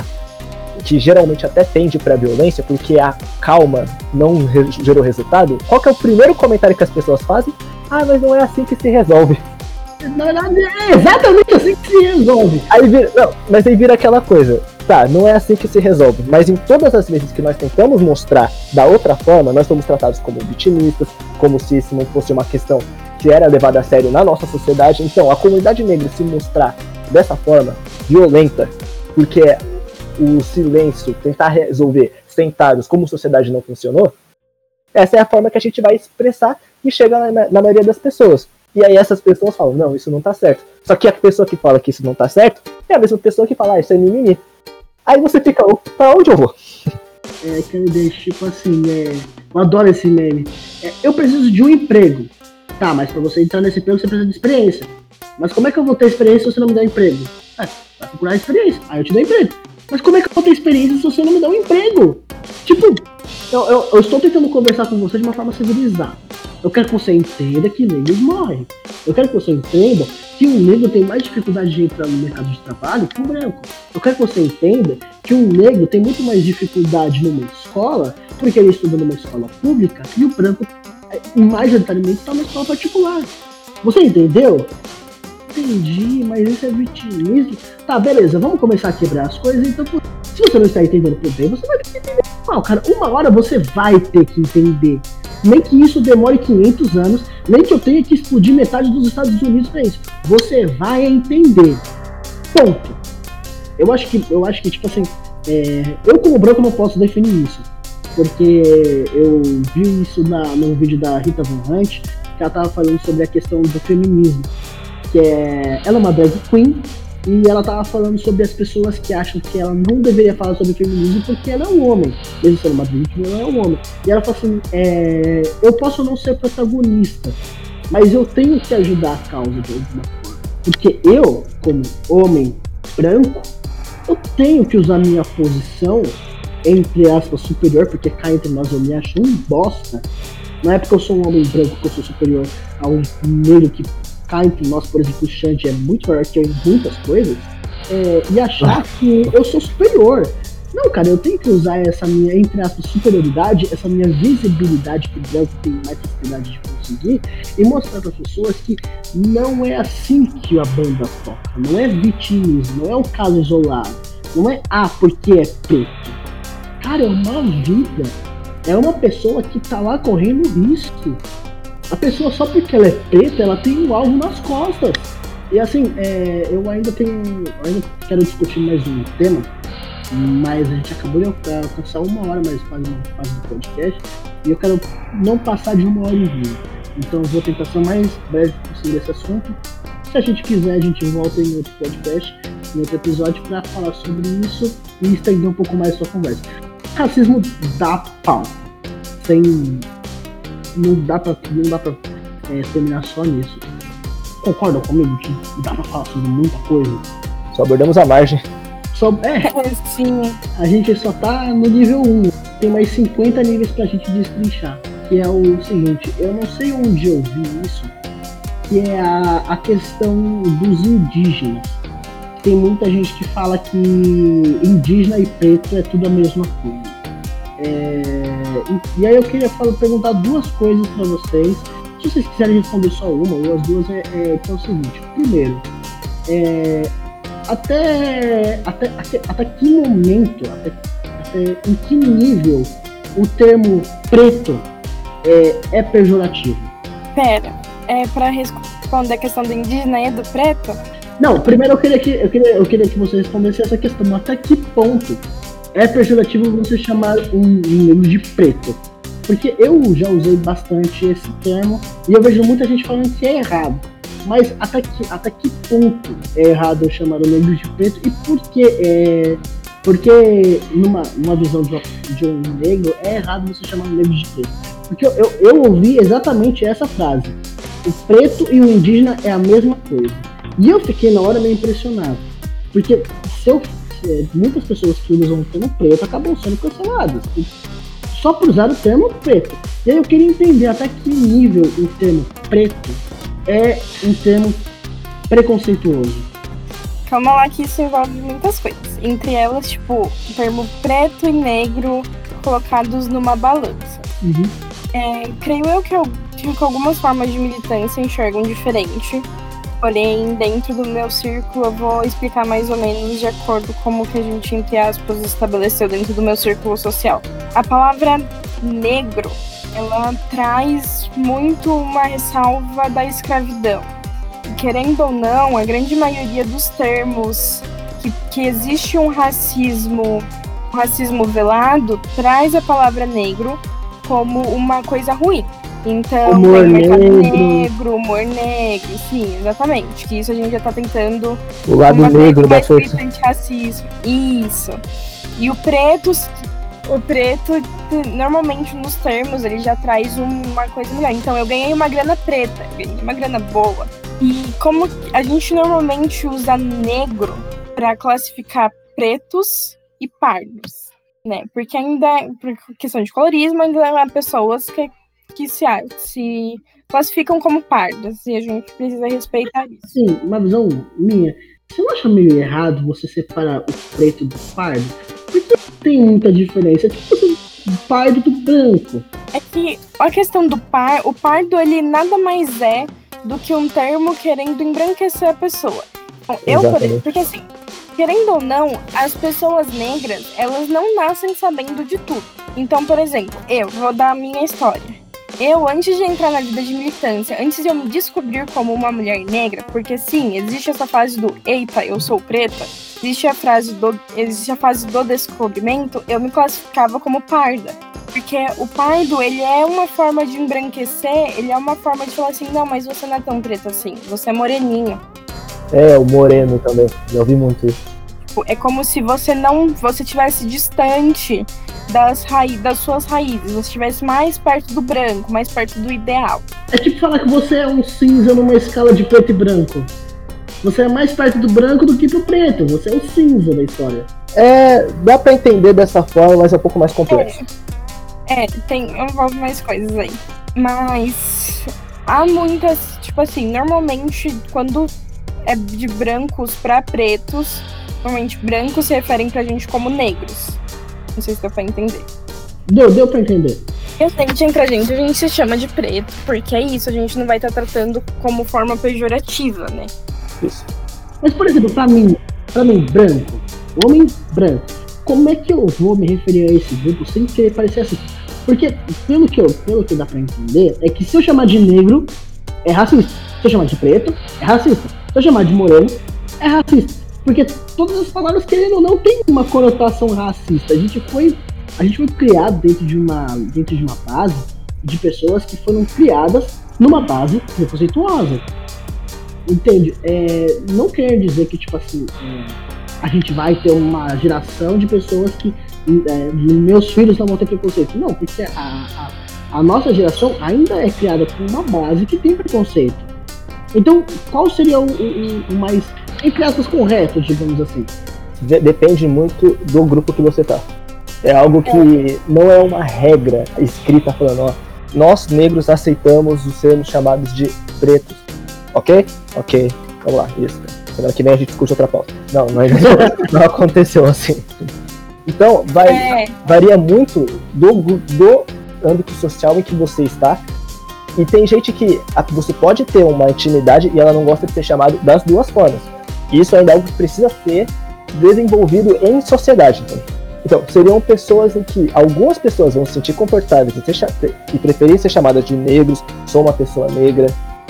que geralmente até tende pra violência, porque a calma não gerou resultado, qual que é o primeiro comentário que as pessoas fazem? Mas não é assim que se resolve.
Na verdade, é exatamente assim que se resolve.
Mas aí vira aquela coisa. Tá, não é assim que se resolve, mas em todas as vezes que nós tentamos mostrar da outra forma, nós somos tratados como vitimistas, como se isso não fosse uma questão que era levada a sério na nossa sociedade. Então, a comunidade negra se mostrar dessa forma, violenta, porque o silêncio, tentar resolver sentados como sociedade não funcionou, essa é a forma que a gente vai expressar e chega na maioria das pessoas. E aí essas pessoas falam, não, isso não tá certo. Só que a pessoa que fala que isso não tá certo é a mesma pessoa que fala, isso é mimimi. Aí você fica, pra onde eu vou?
Que me deixa, tipo assim, eu adoro esse meme. Eu preciso de um emprego. Tá, mas pra você entrar nesse emprego você precisa de experiência. Mas como é que eu vou ter experiência se você não me der emprego? Vai procurar experiência, aí eu te dou emprego. Mas como é que eu vou ter experiência se você não me der um emprego? Tipo, eu estou tentando conversar com você de uma forma civilizada. Eu quero que você entenda que negros morrem. Eu quero que você entenda que um negro tem mais dificuldade de entrar no mercado de trabalho que um branco. Eu quero que você entenda que um negro tem muito mais dificuldade numa escola porque ele estuda numa escola pública e o branco, majoritariamente, está numa escola particular. Você entendeu? Entendi, mas isso é vitimismo. Tá, beleza, vamos começar a quebrar as coisas. Então, se você não está entendendo por bem, você vai ter que entender. Não, cara, uma hora você vai ter que entender. Nem que isso demore 500 anos, nem que eu tenha que explodir metade dos Estados Unidos pra isso. Você vai entender. Ponto. Eu acho que tipo assim, eu como branco não posso definir isso. Porque eu vi isso num vídeo da Rita Von Hunt, que ela tava falando sobre a questão do feminismo. Ela é uma drag queen, e ela tava falando sobre as pessoas que acham que ela não deveria falar sobre feminismo porque ela é um homem, mesmo sendo uma vítima, ela é um homem. E ela falou assim, eu posso não ser protagonista, mas eu tenho que ajudar a causa de alguma forma. Porque eu, como homem branco, eu tenho que usar minha posição, entre aspas, superior, porque cá entre nós eu me acho um bosta. Não é porque eu sou um homem branco que eu sou superior a um negro que cá entre nós, por exemplo, o Xande é muito maior que eu em muitas coisas, e achar que eu sou superior. Não, cara, eu tenho que usar essa minha, entre aspas, superioridade, essa minha visibilidade que o branco tem mais facilidade de conseguir, e mostrar para as pessoas que não é assim que a banda toca, não é vitimismo, não é um caso isolado, não é porque é preto. Cara, é uma vida, é uma pessoa que tá lá correndo risco. A pessoa, só porque ela é preta, ela tem um alvo nas costas. E assim, eu ainda quero discutir mais um tema, mas a gente acabou de alcançar 1 hora mais quase do podcast, e eu quero não passar de 1h20. Então eu vou tentar ser o mais breve possível esse assunto. Se a gente quiser, a gente volta em outro podcast, em outro episódio, para falar sobre isso e estender um pouco mais a sua conversa. Racismo dá pau. Não dá pra terminar só nisso. Concordam comigo que dá pra falar sobre muita coisa?
Só abordamos a margem.
Sim.
A gente só tá no nível 1. Tem mais 50 níveis pra gente destrinchar. Que é o seguinte, eu não sei onde eu vi isso, que é a questão dos indígenas. Tem muita gente que fala que indígena e preto é tudo a mesma coisa. E aí eu queria perguntar 2 coisas pra vocês. Se vocês quiserem responder só uma ou as 2, que é o seguinte. Primeiro, até que momento, em que nível o termo preto é pejorativo?
Pera, pra responder a questão do indígena e do preto?
Não, primeiro eu queria que você respondesse essa questão. Até que ponto é pejorativo você chamar um negro de preto? Porque eu já usei bastante esse termo e eu vejo muita gente falando que é errado. Mas até que ponto é errado eu chamar o negro de preto? E por que porque numa visão de um negro é errado você chamar um negro de preto? Porque eu ouvi exatamente essa frase. O preto e o indígena é a mesma coisa. E eu fiquei na hora meio impressionado. Porque muitas pessoas que usam o termo preto acabam sendo canceladas. Só por usar o termo preto. E aí eu queria entender até que nível o termo preto é um termo preconceituoso.
Calma lá, que isso envolve muitas coisas. Entre elas, tipo, o termo preto e negro colocados numa balança.
Uhum.
Creio eu que algumas formas de militância enxergam diferente. Porém, dentro do meu círculo, eu vou explicar mais ou menos de acordo com o que a gente, entre aspas, estabeleceu dentro do meu círculo social. A palavra negro, ela traz muito uma ressalva da escravidão. Querendo ou não, a grande maioria dos termos que existe um racismo velado, traz a palavra negro como uma coisa ruim. Então,
humor
negro, humor negro, sim, exatamente. Que isso a gente já tá tentando.
O lado negro da força.
Racismo. Isso. E o preto, normalmente nos termos, ele já traz uma coisa melhor. Então, eu ganhei uma grana preta, ganhei uma grana boa. E como a gente normalmente usa negro para classificar pretos e pardos, né? Porque ainda, por questão de colorismo, ainda há pessoas que se classificam como pardas, e a gente precisa respeitar isso.
Sim, uma visão minha. Você não acha meio errado você separar o preto do pardo? Porque tem muita diferença. É tipo o pardo do branco.
É que a questão do o pardo, ele nada mais é do que um termo querendo embranquecer a pessoa. Então, porque assim, querendo ou não, as pessoas negras, elas não nascem sabendo de tudo. Então, por exemplo, eu vou dar a minha história. Eu, antes de entrar na vida de militância, antes de eu me descobrir como uma mulher negra, porque sim, existe essa fase do eita, eu sou preta, existe a fase do descobrimento, eu me classificava como parda. Porque o pardo, ele é uma forma de embranquecer, ele é uma forma de falar assim, não, mas você não é tão preto assim, você é moreninho.
É, o moreno também, já ouvi muito isso.
É como se você estivesse distante das suas raízes, você estivesse mais perto do branco, mais perto do ideal.
É tipo falar que você é um cinza numa escala de preto e branco. Você é mais perto do branco do que do preto, você é o cinza da história.
Dá pra entender dessa forma, mas é um pouco mais complexo.
Envolve mais coisas aí. Mas há muitas, tipo assim, normalmente quando é de brancos pra pretos, normalmente brancos se referem pra gente como negros. Não sei se deu pra entender.
Deu pra entender.
E entre a gente se chama de preto, porque é isso, a gente não vai estar tratando como forma pejorativa, né?
Isso.
Mas, por exemplo, pra mim, branco, homem branco, como é que eu vou me referir a esse grupo sem querer parecer assim? Porque, pelo que dá pra entender, é que se eu chamar de negro, é racista. Se eu chamar de preto, é racista. Se eu chamar de moreno, é racista. Porque todas as palavras, querendo ou não, tem uma conotação racista. A gente foi criado dentro de uma base de pessoas que foram criadas numa base preconceituosa. Entende? Não quer dizer que, tipo assim, a gente vai ter uma geração de pessoas que meus filhos não vão ter preconceito. Não, porque a nossa geração ainda é criada com uma base que tem preconceito. Então, qual seria o mais, entre aspas, correto, digamos assim?
Depende muito do grupo que você tá. É algo que não é uma regra escrita falando, ó, nós negros aceitamos os sermos chamados de pretos. Ok? Ok. Vamos lá, isso. Semana que vem a gente discute outra pauta. Não aconteceu assim. Então, varia muito do âmbito social em que você está. E tem gente que você pode ter uma intimidade e ela não gosta de ser chamado das duas formas. E isso ainda é algo que precisa ser desenvolvido em sociedade. Então, seriam pessoas em que algumas pessoas vão se sentir confortáveis e preferir ser chamadas de negros, sou uma pessoa negra,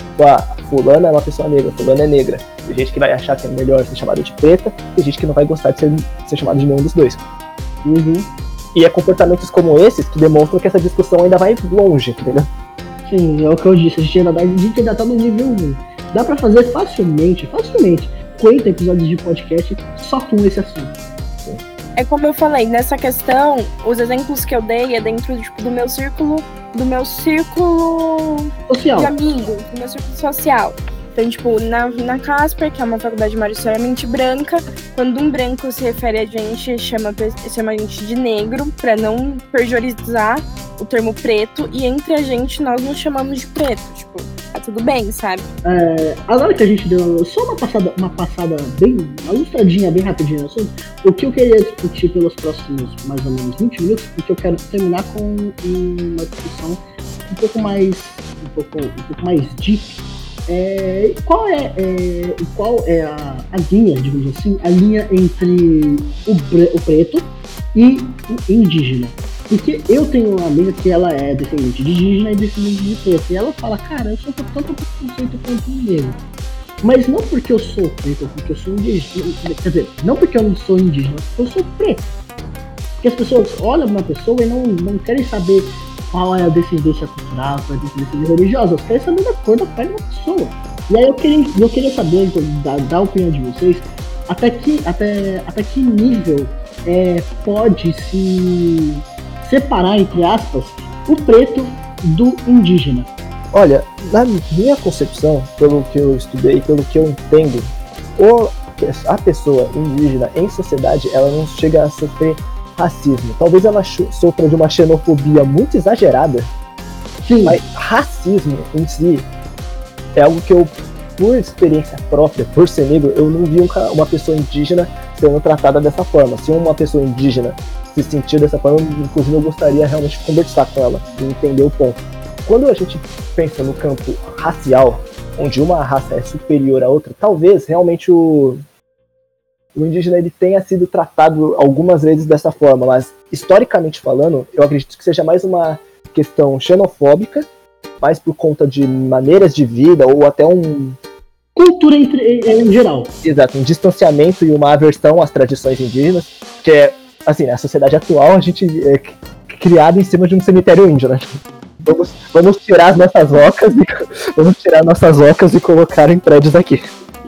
fulana é uma pessoa negra, fulana é negra. Tem gente que vai achar que é melhor ser chamada de preta, tem gente que não vai gostar de ser chamado de nenhum dos dois.
Uhum.
E é comportamentos como esses que demonstram que essa discussão ainda vai longe, entendeu?
Sim, é o que eu disse, a gente ainda tá no nível 1. Dá pra fazer facilmente 50 episódios de podcast só com esse assunto.
Sim.
É como eu falei, nessa questão, os exemplos que eu dei é dentro do meu círculo
social.
De amigos, do meu círculo social. Então, tipo, na Casper, que é uma faculdade majoritariamente branca, quando um branco se refere a gente, chama a gente de negro, pra não pejorizar o termo preto, e entre a gente, nós nos chamamos de preto, tipo, tá tudo bem, sabe?
Agora que a gente deu só uma passada bem, uma ilustradinha bem rapidinha no assunto, o que eu queria discutir pelos próximos mais ou menos 20 minutos, porque eu quero terminar com uma discussão um pouco mais deep. Qual é a linha, digamos assim, a linha entre o preto e o indígena? Porque eu tenho uma amiga que ela é descendente de indígena e descendente de preto, e ela fala, cara, eu sou tanto preconceito quanto um negro. Mas não porque eu sou preto, porque eu sou indígena, quer dizer, não porque eu não sou indígena, mas porque eu sou preto. Porque as pessoas olham uma pessoa e não querem saber qual é a descendência cultural, qual é a descendência religiosa, elas querem saber da cor da pele da pessoa. E aí eu queria saber, da opinião de vocês, até que nível pode se separar, entre aspas, o preto do indígena.
Olha, na minha concepção, pelo que eu estudei, pelo que eu entendo, a pessoa indígena em sociedade, ela não chega a sofrer racismo. Talvez ela sofra de uma xenofobia muito exagerada.
Sim.
Mas racismo em si é algo que eu, por experiência própria, por ser negro, eu não vi uma pessoa indígena sendo tratada dessa forma. Se uma pessoa indígena se sentir dessa forma, inclusive eu gostaria realmente de conversar com ela e entender o ponto. Quando a gente pensa no campo racial, onde uma raça é superior à outra, talvez realmente o indígena ele tenha sido tratado algumas vezes dessa forma, mas historicamente falando, eu acredito que seja mais uma questão xenofóbica, mais por conta de maneiras de vida ou até
cultura em geral.
Exato, um distanciamento e uma aversão às tradições indígenas, que é, assim, na sociedade atual a gente é criado em cima de um cemitério índio, né? Vamos tirar nossas ocas e colocar em prédios aqui.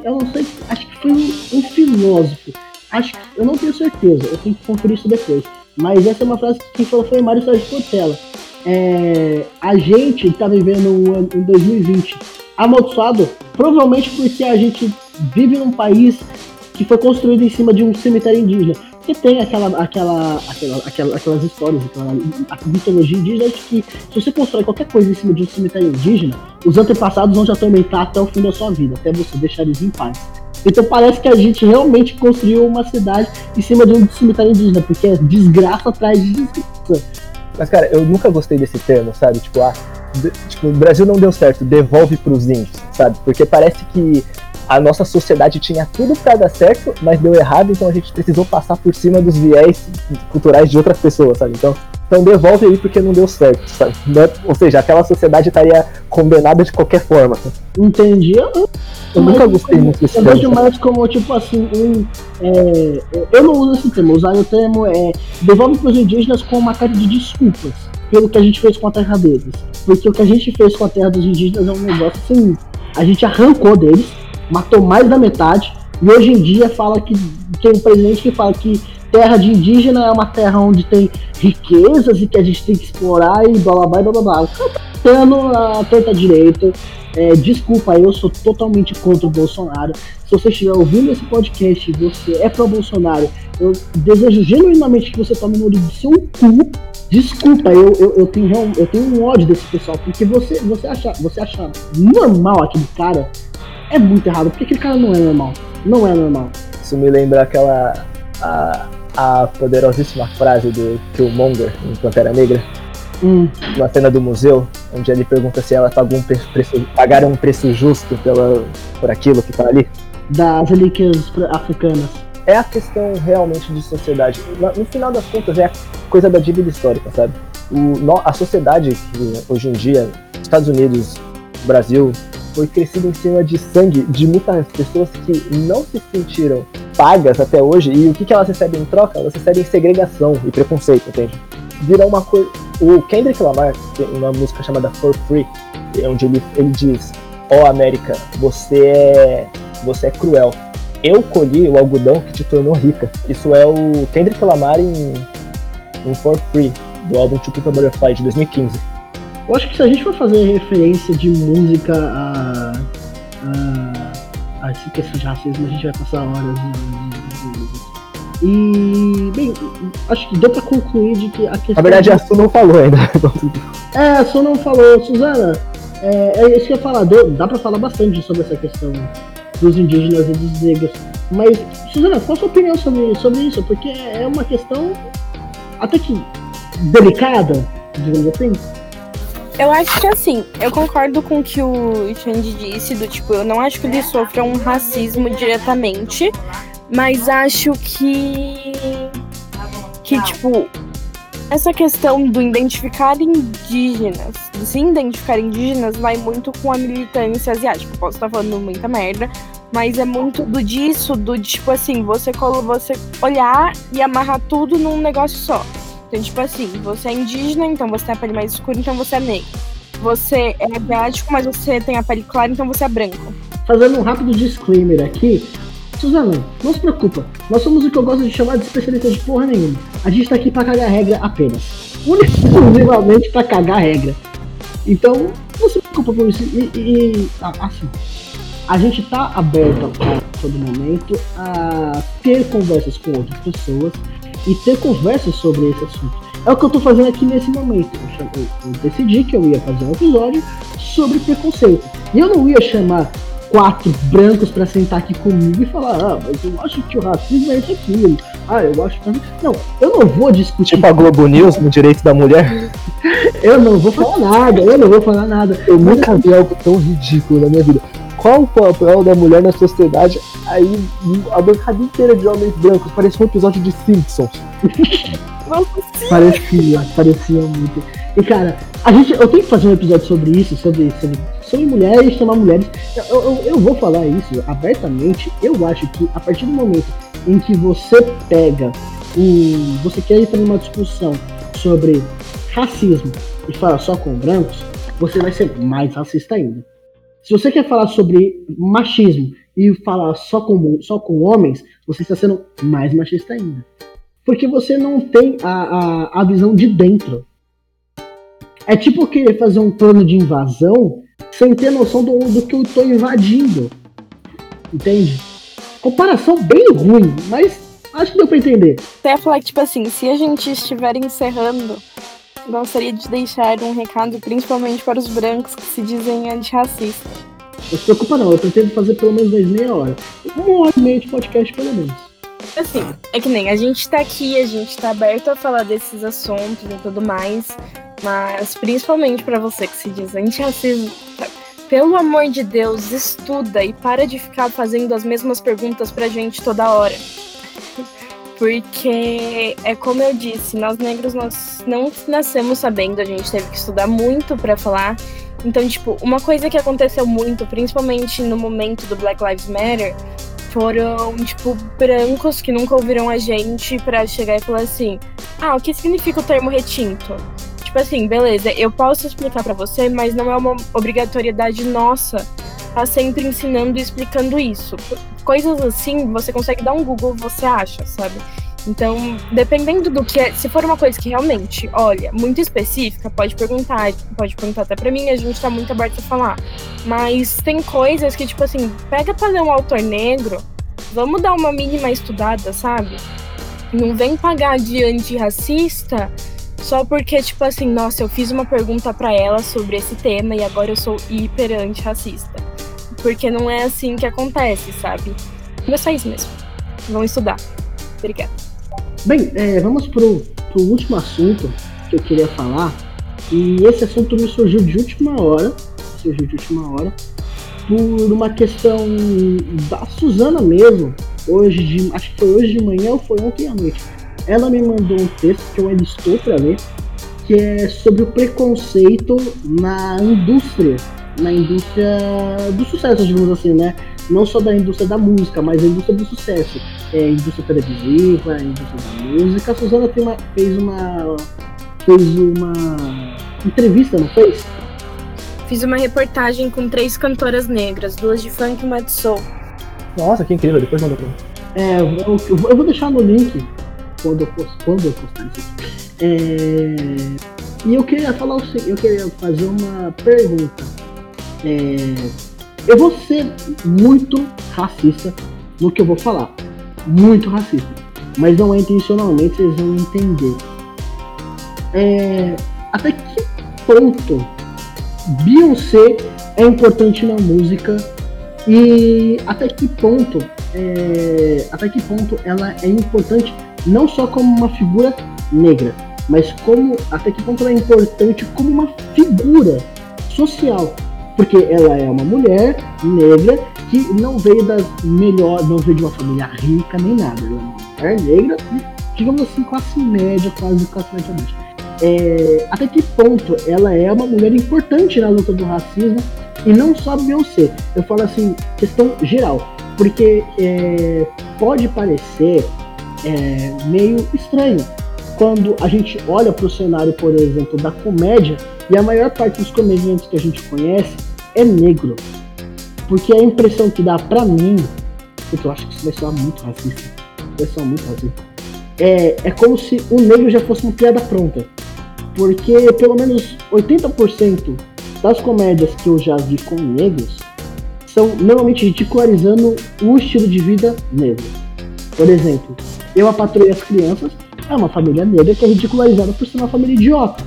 eu não sei, acho que foi um filósofo. Acho que, eu não tenho certeza, eu tenho que conferir isso depois. Mas essa é uma frase que quem falou foi Mário Sérgio Cortella. A gente tá vivendo um ano em 2020 amaldiçoado, provavelmente porque a gente vive num país que foi construído em cima de um cemitério indígena. Porque tem aquelas histórias, a mitologia indígena de que se você constrói qualquer coisa em cima de um cemitério indígena, os antepassados vão te atormentar até o fim da sua vida, até você deixar eles em paz. Então parece que a gente realmente construiu uma cidade em cima de um cemitério indígena, porque é desgraça atrás de desgraça.
Mas, cara, eu nunca gostei desse termo, sabe? Tipo, o Brasil não deu certo, devolve pros índios, sabe? Porque parece que a nossa sociedade tinha tudo pra dar certo, mas deu errado, então a gente precisou passar por cima dos viés culturais de outras pessoas, sabe? Então devolve aí porque não deu certo, sabe? Ou seja, aquela sociedade estaria condenada de qualquer forma.
Entendi.
Eu nunca gostei muito desse termo.
Eu vejo mais como, tipo assim, eu não uso esse termo, usar o termo devolve para os indígenas com uma carta de desculpas pelo que a gente fez com a terra deles. Porque o que a gente fez com a terra dos indígenas é um negócio assim, a gente arrancou deles, matou mais da metade, e hoje em dia fala que tem um presidente que fala que terra de indígena é uma terra onde tem riquezas e que a gente tem que explorar e blá blá blá blá blá. Tendo a torta direita. Desculpa, eu sou totalmente contra o Bolsonaro. Se você estiver ouvindo esse podcast e você é pro Bolsonaro, eu desejo genuinamente que você tome no olho do seu cu. Desculpa, eu tenho um ódio desse pessoal, porque você achar normal aquele cara é muito errado, porque aquele cara não é normal. Não é normal.
Isso me lembra a poderosíssima frase do Killmonger em Pantera Negra. Uma cena do museu, onde ele pergunta se ela pagaram um preço justo por aquilo que tá ali.
Das relíquias africanas.
É a questão realmente de sociedade. No final das contas, é a coisa da dívida histórica, sabe? A sociedade que hoje em dia, Estados Unidos, Brasil, foi crescida em cima de sangue de muitas pessoas que não se sentiram pagas até hoje, e o que elas recebem em troca? Elas recebem segregação e preconceito, entende? Virou uma coisa. O Kendrick Lamar tem uma música chamada For Free, onde ele diz: ó, América, você é cruel. Eu colhi o algodão que te tornou rica. Isso é o Kendrick Lamar em For Free, do álbum To Pimp a Butterfly, de 2015.
Eu acho que se a gente for fazer referência de música a essa questão de racismo, a gente vai passar horas e bem, acho que deu pra concluir de que a questão...
Na verdade, a Su não falou ainda.
A Su não falou. Suzana, é isso que eu ia falar. Dá pra falar bastante sobre essa questão dos indígenas e dos negros. Mas, Suzana, qual a sua opinião sobre isso? Porque é uma questão até que delicada, digamos assim.
Eu acho que assim, eu concordo com o que o Xande disse, do tipo, eu não acho que eles sofram um racismo diretamente, mas acho que tipo, essa questão do identificar indígenas, de se identificar indígenas, vai muito com a militância asiática. Eu posso estar falando muita merda, mas é muito do tipo assim, você olhar e amarrar tudo num negócio só. Então, tipo assim, você é indígena, então você tem a pele mais escura, então você é negro. Você é asiático, mas você tem a pele clara, então você é branco.
Fazendo um rápido disclaimer aqui, Suzana, não se preocupa, nós somos o que eu gosto de chamar de especialista de porra nenhuma. A gente tá aqui pra cagar regra apenas. Exclusivamente pra cagar regra. Então, não se preocupa com isso. Assim, a gente tá aberto a todo momento a ter conversas com outras pessoas e ter conversas sobre esse assunto. É o que eu tô fazendo aqui nesse momento. Eu decidi que eu ia fazer um episódio sobre preconceito. E eu não ia chamar 4 brancos pra sentar aqui comigo e falar: mas eu acho que o racismo é isso aqui. Eu acho que... Não, eu não vou discutir.
Tipo a Globo News no direito da mulher?
Eu não vou falar nada. Eu nunca vi algo tão ridículo na minha vida. Qual o papel da mulher na sociedade? Aí a bancada inteira de homens brancos parece um episódio de Simpsons. Parecia muito. E cara, eu tenho que fazer um episódio sobre isso, sobre mulheres, chamar mulheres. Eu vou falar isso abertamente. Eu acho que a partir do momento em que você pega você quer entrar numa discussão sobre racismo e fala só com brancos, você vai ser mais racista ainda. Se você quer falar sobre machismo e falar só com homens, você está sendo mais machista ainda. Porque você não tem a visão de dentro. É tipo querer fazer um plano de invasão sem ter noção do que eu estou invadindo. Entende? Comparação bem ruim, mas acho que deu pra entender.
Até falar que, tipo assim, se a gente estiver encerrando, gostaria de deixar um recado principalmente para os brancos que se dizem antirracistas.
Não se preocupa não, eu pretendo fazer pelo menos meia hora. 1h30 de podcast pelo menos.
Assim, é que nem a gente tá aqui, a gente tá aberto a falar desses assuntos e tudo mais, mas principalmente pra você que se diz antirracismo, pelo amor de Deus, estuda e para de ficar fazendo as mesmas perguntas pra gente toda hora. Porque é como eu disse, nós negros nós não nascemos sabendo, a gente teve que estudar muito pra falar. Então, tipo, uma coisa que aconteceu muito, principalmente no momento do Black Lives Matter, foram, tipo, brancos que nunca ouviram a gente pra chegar e falar assim, o que significa o termo retinto? Tipo assim, beleza, eu posso explicar pra você, mas não é uma obrigatoriedade nossa tá sempre ensinando e explicando isso. Coisas assim, você consegue dar um Google, você acha, sabe? Então, dependendo do que é, se for uma coisa que realmente, olha, muito específica, pode perguntar até pra mim, a gente tá muito aberto a falar. Mas tem coisas que, tipo assim, pega pra ler um autor negro, vamos dar uma mínima estudada, sabe? Não vem pagar de antirracista só porque, tipo assim, nossa, eu fiz uma pergunta pra ela sobre esse tema e agora eu sou hiper antirracista. Porque não é assim que acontece, sabe? Mas só isso mesmo. Vão estudar. Obrigada.
Bem, vamos pro último assunto que eu queria falar. E esse assunto me surgiu de última hora. Por uma questão da Suzana mesmo. Acho que foi hoje de manhã ou foi ontem à noite. Ela me mandou um texto que eu ainda estou para ler, que é sobre o preconceito na indústria do sucesso, digamos assim, né? Não só da indústria da música, mas a indústria do sucesso. A indústria televisiva, a indústria da música. A Suzana fez uma entrevista, não fez?
Fiz uma reportagem com 3 cantoras negras, 2 de funk e uma de soul.
Nossa, que incrível, depois manda pra mim.
Eu vou deixar no link quando eu postar isso aqui. E eu queria falar o seguinte, eu queria fazer uma pergunta. Eu vou ser muito racista no que eu vou falar. Muito racista. Mas não é intencionalmente, vocês vão entender. Até que ponto Beyoncé é importante na música e até que ponto ela é importante não só como uma figura negra, mas até que ponto ela é importante como uma figura social, porque ela é uma mulher negra que não veio não veio de uma família rica nem nada, ela é uma mulher negra, digamos assim, classe média, quase classe média baixa. Até que ponto ela é uma mulher importante na luta do racismo, e não só a Beyoncé, eu falo assim, questão geral, porque pode parecer meio estranho quando a gente olha para o cenário, por exemplo, da comédia, e a maior parte dos comediantes que a gente conhece é negro, porque a impressão que dá pra mim, porque eu acho que isso vai soar muito racista, é como se o negro já fosse uma piada pronta, porque pelo menos 80% das comédias que eu já vi com negros são normalmente ridicularizando o estilo de vida negro. Por exemplo, Eu, a Patroa e as Crianças é uma família negra que é ridicularizada por ser uma família idiota.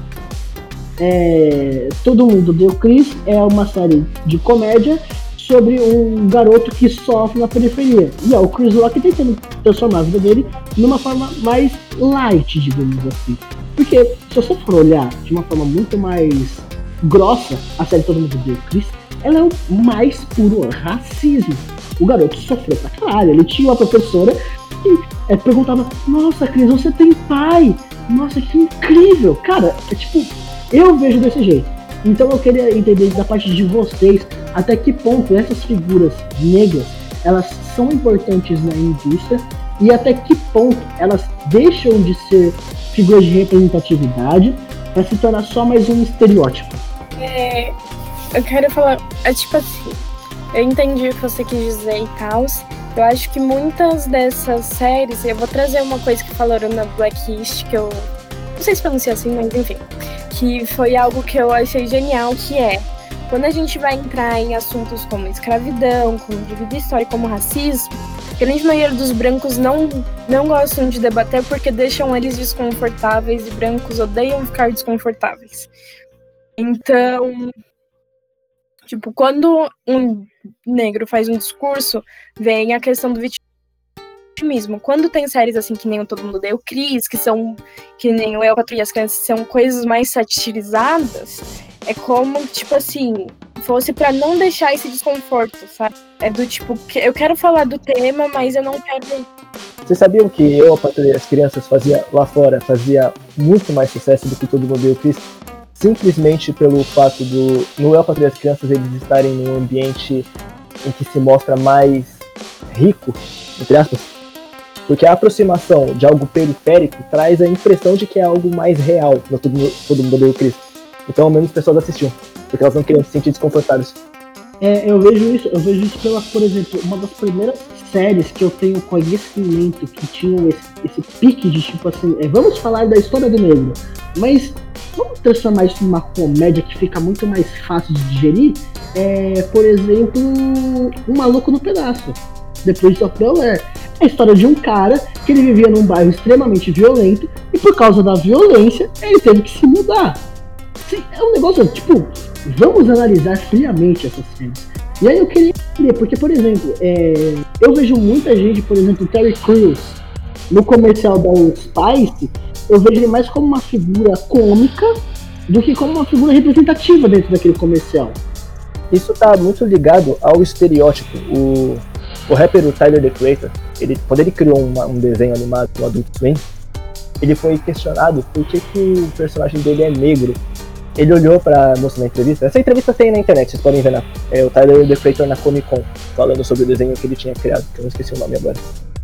Todo Mundo Deu Chris é uma série de comédia sobre um garoto que sofre na periferia. E é o Chris Rock tentando transformar a vida dele numa forma mais light, digamos assim. Porque se você for olhar de uma forma muito mais grossa, a série Todo Mundo Deu Chris, ela é o mais puro racismo. O garoto sofreu pra caralho. Ele tinha uma professora que perguntava: nossa, Chris, você tem pai? Nossa, que incrível. Cara, eu vejo desse jeito. Então eu queria entender da parte de vocês até que ponto essas figuras negras elas são importantes na indústria e até que ponto elas deixam de ser figuras de representatividade para se tornar só mais um estereótipo.
eu quero falar, tipo assim, eu entendi o que você quis dizer e tal. Eu acho que muitas dessas séries, eu vou trazer uma coisa que falaram na Blacklist, que eu não sei se pronuncia assim, mas enfim, que foi algo que eu achei genial, que é, quando a gente vai entrar em assuntos como escravidão, como dívida histórica, como racismo, a grande maioria dos brancos não gostam de debater porque deixam eles desconfortáveis, e brancos odeiam ficar desconfortáveis. Então, tipo, quando um negro faz um discurso, vem a questão do vitimismo. Quando tem séries assim que nem o Todo Mundo Odeia o Chris, que são que nem o Eu, Patroa e as Crianças, são coisas mais satirizadas, é como, tipo assim, fosse pra não deixar esse desconforto, sabe? É do tipo, eu quero falar do tema, mas eu não quero...
Vocês sabiam que Eu, a Patroa e as Crianças fazia lá fora, fazia muito mais sucesso do que Todo Mundo Odeia o Chris? Simplesmente pelo fato no Eu, a Patroa e as Crianças eles estarem num ambiente em que se mostra mais rico, entre aspas, porque a aproximação de algo periférico traz a impressão de que é algo mais real no Todo Mundo Odeia o Chris. Então, menos pessoas assistiam, porque elas não queriam se sentir desconfortáveis.
Eu vejo isso pela, por exemplo, uma das primeiras séries que eu tenho conhecimento que tinham esse pique de tipo assim, vamos falar da história do negro, mas vamos transformar isso numa comédia que fica muito mais fácil de digerir. Por exemplo, Um Maluco no Pedaço, The Prince of Bel-Air. É a história de um cara que ele vivia num bairro extremamente violento e por causa da violência ele teve que se mudar. É um negócio, tipo, vamos analisar friamente essas séries. E aí eu queria entender, porque, por exemplo, eu vejo muita gente, por exemplo, Terry Crews, no comercial da Old Spice, eu vejo ele mais como uma figura cômica do que como uma figura representativa dentro daquele comercial.
Isso tá muito ligado ao estereótipo. O rapper, o Tyler, The Creator, quando ele criou um desenho animado no Adult Swim, ele foi questionado por que o personagem dele é negro. Ele olhou pra moça na entrevista, essa entrevista tem na internet, vocês podem ver, o Tyler, The Creator na Comic Con, falando sobre o desenho que ele tinha criado, que eu não esqueci o nome agora.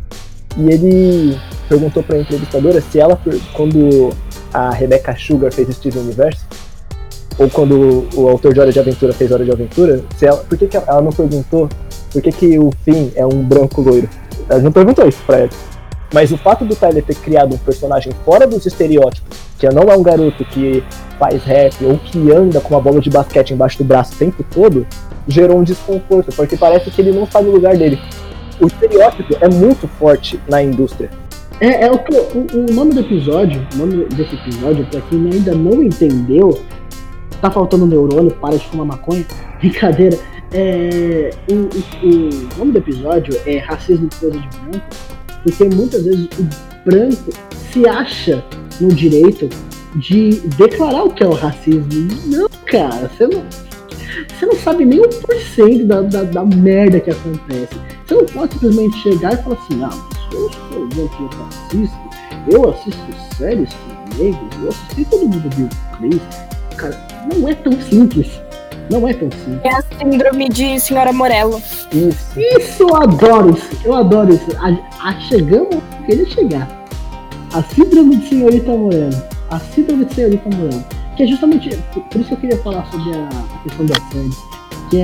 E ele perguntou pra entrevistadora se ela, quando a Rebecca Sugar fez Steven Universe, ou quando o autor de Hora de Aventura fez Hora de Aventura, por que ela não perguntou por que o Finn é um branco loiro? Ela não perguntou isso pra ela. Mas o fato do Tyler ter criado um personagem fora dos estereótipos, que não é um garoto que faz rap ou que anda com uma bola de basquete embaixo do braço o tempo todo, gerou um desconforto, porque parece que ele não está no lugar dele. O estereótipo é muito forte na indústria.
O nome do episódio, pra quem ainda não entendeu, tá faltando neurônio, para de fumar maconha, brincadeira. O nome do episódio é Racismo e Coisa de Branco, porque muitas vezes o branco se acha no direito de declarar o que é o racismo. Não, cara, você não sabe nem 1% da merda que acontece. Você não pode simplesmente chegar e falar assim, mas eu sou antirracista, eu assisto séries com negros, eu assisti Todo Mundo Odeia o Chris. Cara, não é tão simples. Não é tão simples.
É a síndrome de Senhora Morello.
Isso, eu adoro isso. Chegamos onde queria chegar. A síndrome de Senhorita Morello. Que é justamente por isso que eu queria falar sobre a questão da série. Que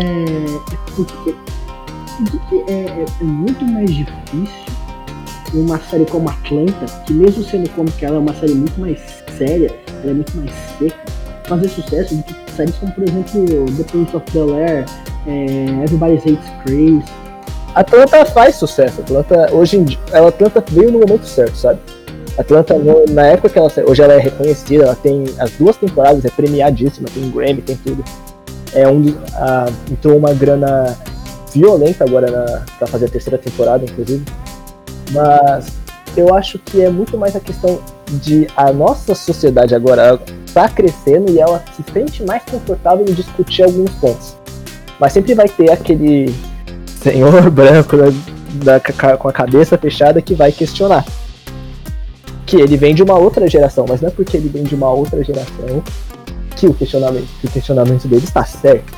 é muito mais difícil uma série como Atlanta, que mesmo sendo como que ela é uma série muito mais séria, ela é muito mais seca, fazer sucesso do que séries como, por exemplo, The Prince of Bel-Air, Everybody Hates Chris.
Atlanta faz sucesso. Atlanta veio no momento certo, sabe? Atlanta, na época que hoje ela é reconhecida, ela tem as 2 temporadas, é premiadíssima, tem Grammy, tem tudo. Entrou uma grana violenta agora pra fazer a 3ª temporada, inclusive. Mas eu acho que é muito mais a questão de a nossa sociedade agora tá crescendo e ela se sente mais confortável em discutir alguns pontos. Mas sempre vai ter aquele senhor branco com a cabeça fechada que vai questionar. Que ele vem de uma outra geração, mas não é porque ele vem de uma outra geração que o questionamento dele está certo.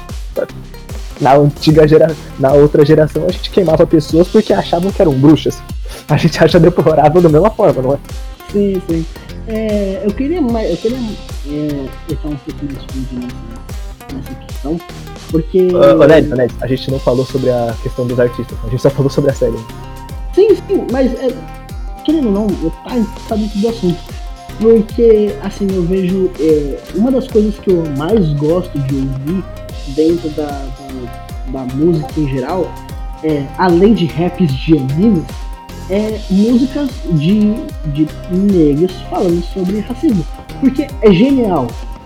Na outra geração a gente queimava pessoas porque achavam que eram bruxas. A gente acha deplorável da mesma forma, não é?
Sim. Eu queria entrar um pouco mais fundo nessa questão, porque...
Nédio, a gente não falou sobre a questão dos artistas, a gente só falou sobre a série.
Sim, mas querendo ou não, tá dentro do assunto. Porque, assim, eu vejo... uma das coisas que eu mais gosto de ouvir dentro da música em geral, além de raps de animes, músicas de negros falando sobre racismo. Porque é genial.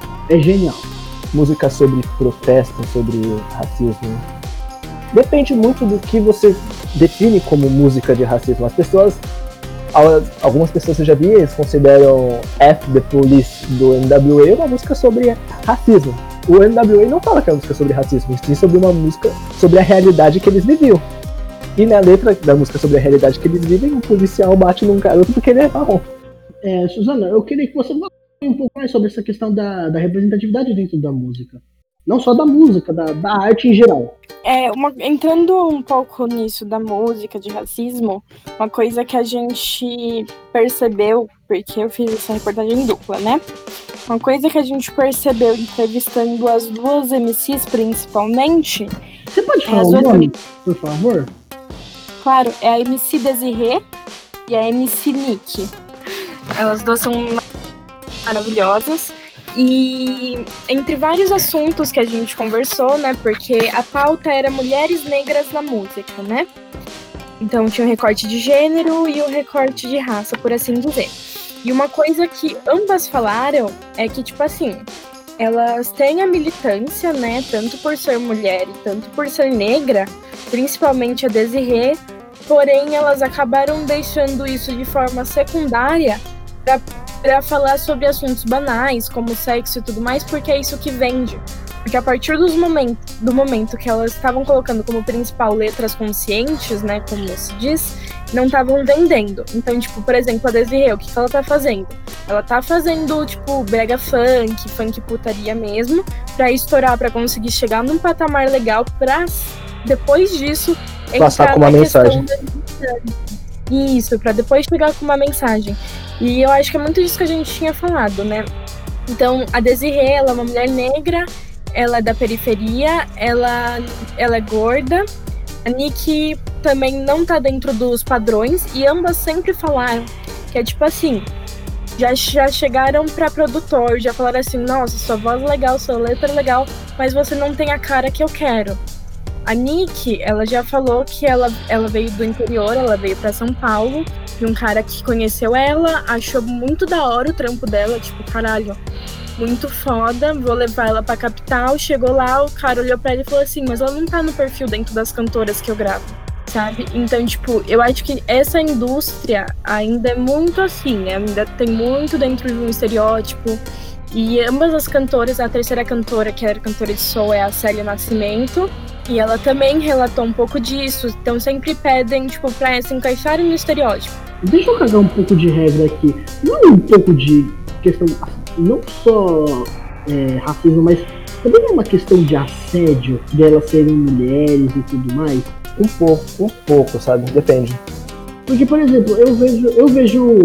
Música sobre protesto, sobre racismo. Depende muito do que você define como música de racismo. Algumas pessoas eu já vi, eles consideram F The Police do NWA uma música sobre racismo. O NWA não fala que é uma música sobre racismo, sim sobre uma música sobre a realidade que eles viviam. E na letra da música sobre a realidade que eles vivem, um policial bate num garoto porque ele é marrom.
Suzana, eu queria que você falasse um pouco mais sobre essa questão da representatividade dentro da música. Não só da música, da arte em geral.
Entrando um pouco nisso da música, de racismo, uma coisa que a gente percebeu, porque eu fiz essa reportagem dupla, né? Uma coisa que a gente percebeu entrevistando as duas MCs principalmente...
Você pode falar o nome, por favor?
Claro, é a MC Desirê e a MC Nick. Elas duas são maravilhosas. E entre vários assuntos que a gente conversou, né? Porque a pauta era mulheres negras na música, né? Então tinha o recorte de gênero e o recorte de raça, por assim dizer. E uma coisa que ambas falaram é que, tipo assim, elas têm a militância, né? Tanto por ser mulher e tanto por ser negra, principalmente a Desirê, porém elas acabaram deixando isso de forma secundária para falar sobre assuntos banais, como sexo e tudo mais, porque é isso que vende. Porque a partir do momento que elas estavam colocando como principal letras conscientes, né, como se diz, não estavam vendendo. Então, tipo, por exemplo, a Desirê, o que ela tá fazendo? Ela tá fazendo, tipo, brega funk putaria mesmo, pra estourar, pra conseguir chegar num patamar legal, pra depois disso
passar com uma mensagem.
Isso, pra depois chegar com uma mensagem. E eu acho que é muito disso que a gente tinha falado, né? Então, a Desirê, ela é uma mulher negra, ela é da periferia, ela é gorda. A Nick também não tá dentro dos padrões, e ambas sempre falaram que é tipo assim, já chegaram pra produtor, já falaram assim, nossa, sua voz é legal, sua letra é legal, mas você não tem a cara que eu quero. A Nick, ela já falou que ela veio do interior, ela veio pra São Paulo, de um cara que conheceu ela, achou muito da hora o trampo dela, tipo, caralho, muito foda, vou levar ela pra capital. Chegou lá, o cara olhou pra ela e falou assim, mas ela não tá no perfil dentro das cantoras que eu gravo, sabe? Então, tipo, eu acho que essa indústria ainda é muito assim, ainda tem muito dentro de um estereótipo. E ambas as cantoras, a terceira cantora, que era cantora de soul, é a Célia Nascimento, e ela também relatou um pouco disso. Então sempre pedem, tipo, pra se encaixarem no estereótipo.
Deixa eu cagar um pouco de regra aqui. Não é um pouco de questão, não só racismo, mas também é uma questão de assédio, delas serem mulheres e tudo mais?
Um pouco, sabe? Depende.
Porque, por exemplo, eu vejo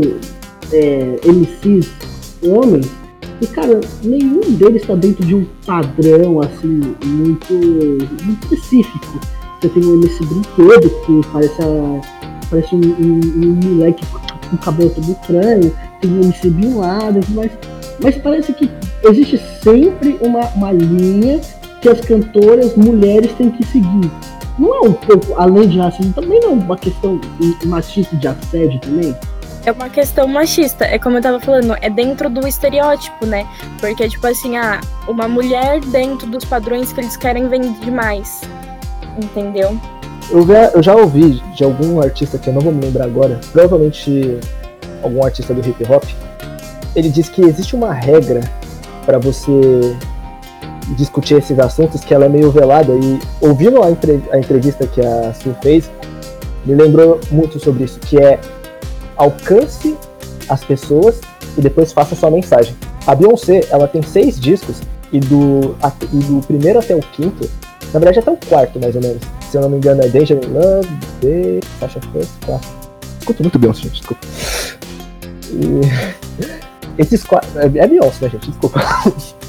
MCs homens, e, cara, nenhum deles tá dentro de um padrão, assim, muito específico. Você tem um MC Brinquedo, que parece um moleque com o cabelo todo estranho, tem um MC Bin Laden, mas parece que existe sempre uma linha que as cantoras mulheres têm que seguir. Não é um pouco, além de racismo, também não é uma questão machista de assédio também?
É uma questão machista, é como eu tava falando, é dentro do estereótipo, né? Porque, tipo assim, uma mulher dentro dos padrões que eles querem vender mais, entendeu?
Eu já ouvi de algum artista que eu não vou me lembrar agora, provavelmente algum artista do hip hop, ele diz que existe uma regra pra você discutir esses assuntos que ela é meio velada, e ouvindo a entrevista que a Sil fez, me lembrou muito sobre isso, que é alcance as pessoas e depois faça sua mensagem. A Beyoncé, ela tem 6 discos e do primeiro até o quinto, na verdade até o quarto mais ou menos, se eu não me engano é Danger in Love, The Sasha First, 4. Escuto muito Beyoncé, gente, desculpa. E esses 4, é Beyoncé, né, gente, desculpa.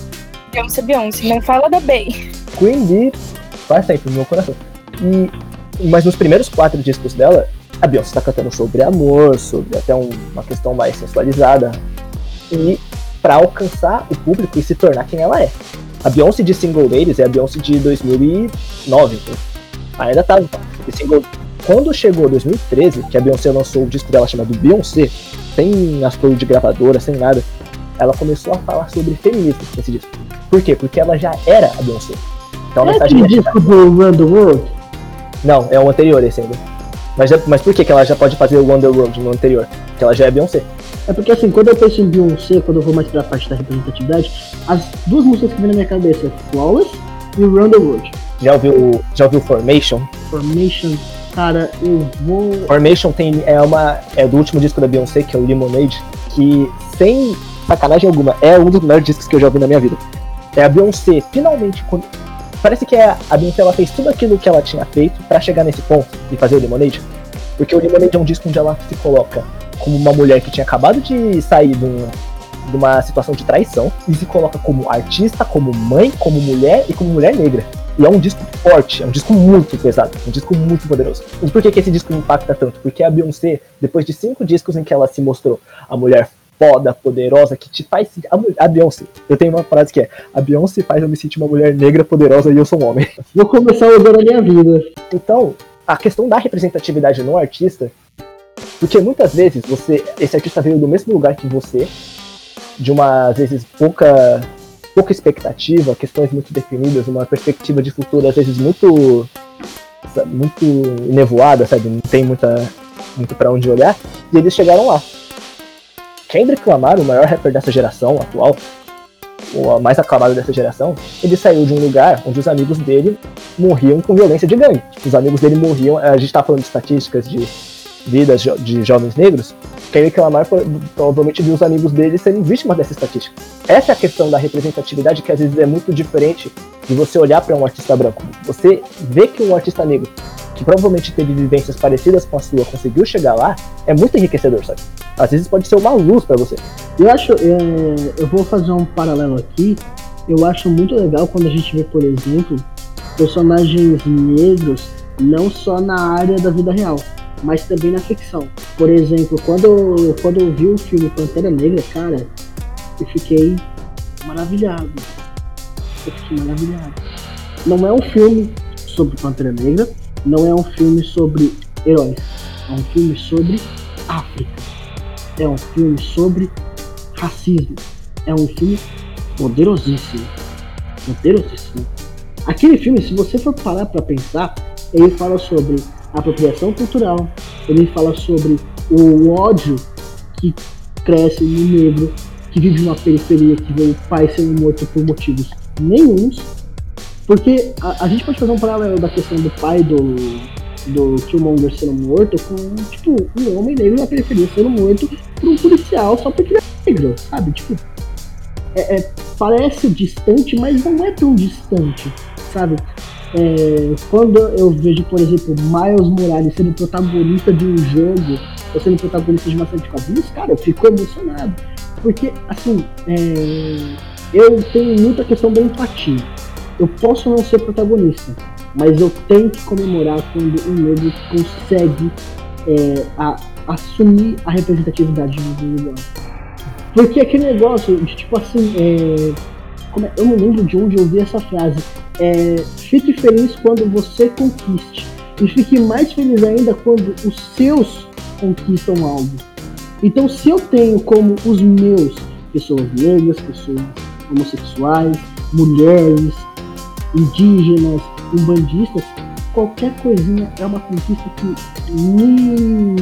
Beyoncé, não fala da Bey.
Queen Bee faz sempre no meu coração. Mas nos primeiros 4 discos dela, a Beyoncé tá cantando sobre amor, sobre até uma questão mais sensualizada. E pra alcançar o público e se tornar quem ela é. A Beyoncé de Single Ladies é a Beyoncé de 2009. Então, ainda tava. Quando chegou 2013, que a Beyoncé lançou o disco dela chamado Beyoncé, sem apoio de gravadora, sem nada, ela começou a falar sobre feminismo nesse disco. Por quê? Porque ela já era a Beyoncé. Então,
é aquele disco do Run the World?
Não, é o anterior esse ainda. Mas por que ela já pode fazer o Wonder World no anterior? Porque ela já é Beyoncé.
É porque assim, quando eu penso em Beyoncé, quando eu vou mais pra parte da representatividade, as 2 músicas que vem na minha cabeça é Flawless e Run the World.
Já ouviu Formation?
Formation, cara, eu vou...
Formation é do último disco da Beyoncé, que é o Lemonade, que, sem sacanagem alguma, é um dos melhores discos que eu já ouvi na minha vida. É a Beyoncé, finalmente... Parece que a Beyoncé ela fez tudo aquilo que ela tinha feito pra chegar nesse ponto e fazer o Lemonade. Porque o Lemonade é um disco onde ela se coloca como uma mulher que tinha acabado de sair de uma situação de traição e se coloca como artista, como mãe, como mulher e como mulher negra. E é um disco forte, é um disco muito pesado, um disco muito poderoso. E por que esse disco impacta tanto? Porque a Beyoncé, depois de 5 discos em que ela se mostrou a mulher foda, poderosa, que te faz... A Beyoncé, eu tenho uma frase que é: a Beyoncé faz eu me sentir uma mulher negra, poderosa e eu sou um homem.
Vou começar a usar a minha vida.
Então, a questão da representatividade no artista, porque muitas vezes esse artista veio do mesmo lugar que você, de uma, às vezes, pouca expectativa, questões muito definidas, uma perspectiva de futuro, às vezes, muito nevoada, sabe? Não tem muito pra onde olhar, e eles chegaram lá. Kendrick Lamar, o maior rapper dessa geração atual, o mais aclamado dessa geração, ele saiu de um lugar onde os amigos dele morriam com violência de gangue. Os amigos dele morriam, a gente tá falando de estatísticas de vidas de jovens negros, Kendrick Lamar provavelmente viu os amigos dele serem vítimas dessa estatística. Essa é a questão da representatividade, que às vezes é muito diferente de você olhar para um artista branco. Você vê que um artista negro, que provavelmente teve vivências parecidas com a sua, conseguiu chegar lá, é muito enriquecedor, sabe? Às vezes pode ser uma luz para você.
Eu vou fazer um paralelo aqui. Eu acho muito legal quando a gente vê, por exemplo, personagens negros não só na área da vida real, mas também na ficção. Por exemplo, quando eu vi o filme Pantera Negra, cara, eu fiquei maravilhado. Não é um filme sobre Pantera Negra, não é um filme sobre heróis, é um filme sobre África, é um filme sobre racismo, é um filme poderosíssimo. Aquele filme, se você for parar pra pensar, ele fala sobre apropriação cultural, ele fala sobre o ódio que cresce no negro, que vive numa periferia, que vê o pai sendo morto por motivos nenhuns. Porque a gente pode fazer um paralelo da questão do pai do Killmonger sendo morto com, tipo, um homem negro na periferia sendo morto por um policial só porque ele é negro, sabe? Tipo, parece distante, mas não é tão distante, sabe? Quando eu vejo, por exemplo, Miles Morales sendo protagonista de um jogo, ou sendo protagonista de uma série de quadrinhos, cara, eu fico emocionado. Porque, assim, eu tenho muita questão da empatia. Eu posso não ser protagonista, mas eu tenho que comemorar quando um negro consegue assumir a representatividade do lugar. Porque aquele negócio de, tipo assim, eu não lembro de onde eu vi essa frase. Fique feliz quando você conquiste, e fique mais feliz ainda quando os seus conquistam algo. Então, se eu tenho como os meus pessoas negras, pessoas homossexuais, mulheres, indígenas, umbandistas, qualquer coisinha é uma conquista que me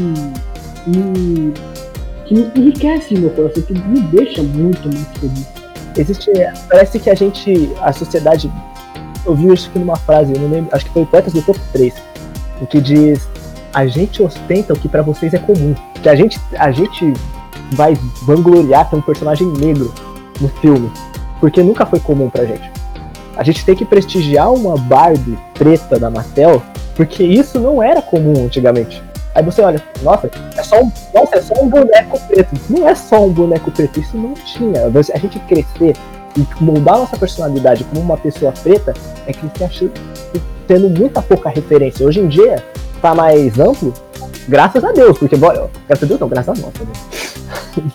enriquece meu coração, que me deixa muito mais feliz.
Parece que a sociedade, eu vi isso aqui numa frase, eu não lembro, acho que foi Poetas do Top 3, em que diz: a gente ostenta o que pra vocês é comum, que a gente vai vangloriar ter um personagem negro no filme, porque nunca foi comum pra gente. A gente tem que prestigiar uma Barbie preta da Mattel, porque isso não era comum antigamente. Aí você olha, nossa, é só um boneco preto. Não é só um boneco preto, isso não tinha. A gente crescer e moldar a nossa personalidade como uma pessoa preta, é que você acha tendo muita pouca referência. Hoje em dia, tá mais amplo, graças a Deus, porque, bora, graças a Deus não, graças a nós também.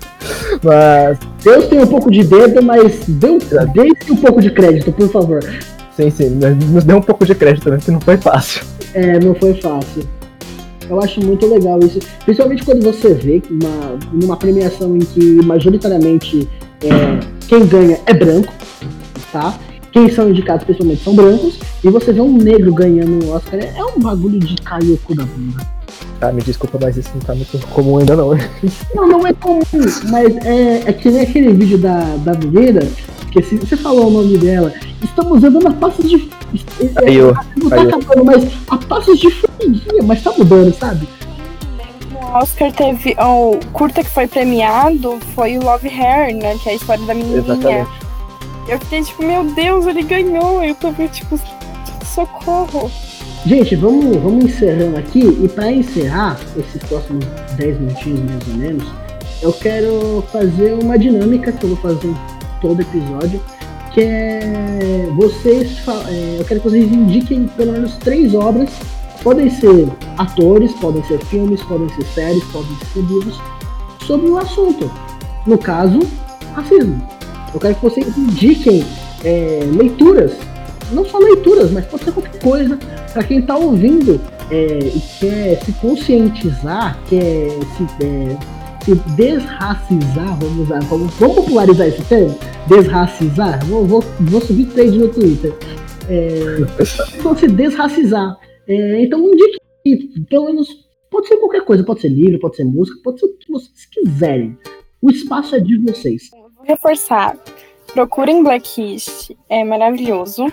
Mas
Deus tem um pouco de dedo, mas dê-se um pouco de crédito, por favor.
sim, nos deu um pouco de crédito também, que não foi fácil.
Não foi fácil. Eu acho muito legal isso, principalmente quando você vê numa premiação em que majoritariamente quem ganha é branco, tá? Quem são indicados principalmente são brancos, e você vê um negro ganhando o Oscar, é um bagulho de cair o cu da bunda.
Ah, me desculpa, mas isso não tá muito comum ainda não.
Não é comum, mas é que nem aquele vídeo da menina, que você falou o nome dela, estamos andando a passos de... não tá acabando, mas a passos de formiguinha, mas tá mudando, sabe?
No Oscar teve, o curta que foi premiado foi o Love Her, né, que é a história da menininha.
Exatamente.
Eu fiquei tipo, meu Deus, ele ganhou, eu tô tipo, socorro.
Gente, vamos encerrando aqui, e para encerrar esses próximos 10 minutinhos mais ou menos, eu quero fazer uma dinâmica que eu vou fazer em todo episódio, que é eu quero que vocês indiquem pelo menos 3 obras, podem ser atores, podem ser filmes, podem ser séries, podem ser livros, sobre o assunto, no caso, racismo. Eu quero que vocês indiquem leituras, não só leituras, mas pode ser qualquer coisa, para quem tá ouvindo e quer se conscientizar, quer se desracizar, vamos popularizar esse termo, desracizar, vou subir trade no Twitter, então se desracizar, então indique, pelo menos, pode ser qualquer coisa, pode ser livro, pode ser música, pode ser o que vocês quiserem, o espaço é de vocês.
Vou reforçar, procurem Blacklist, é maravilhoso.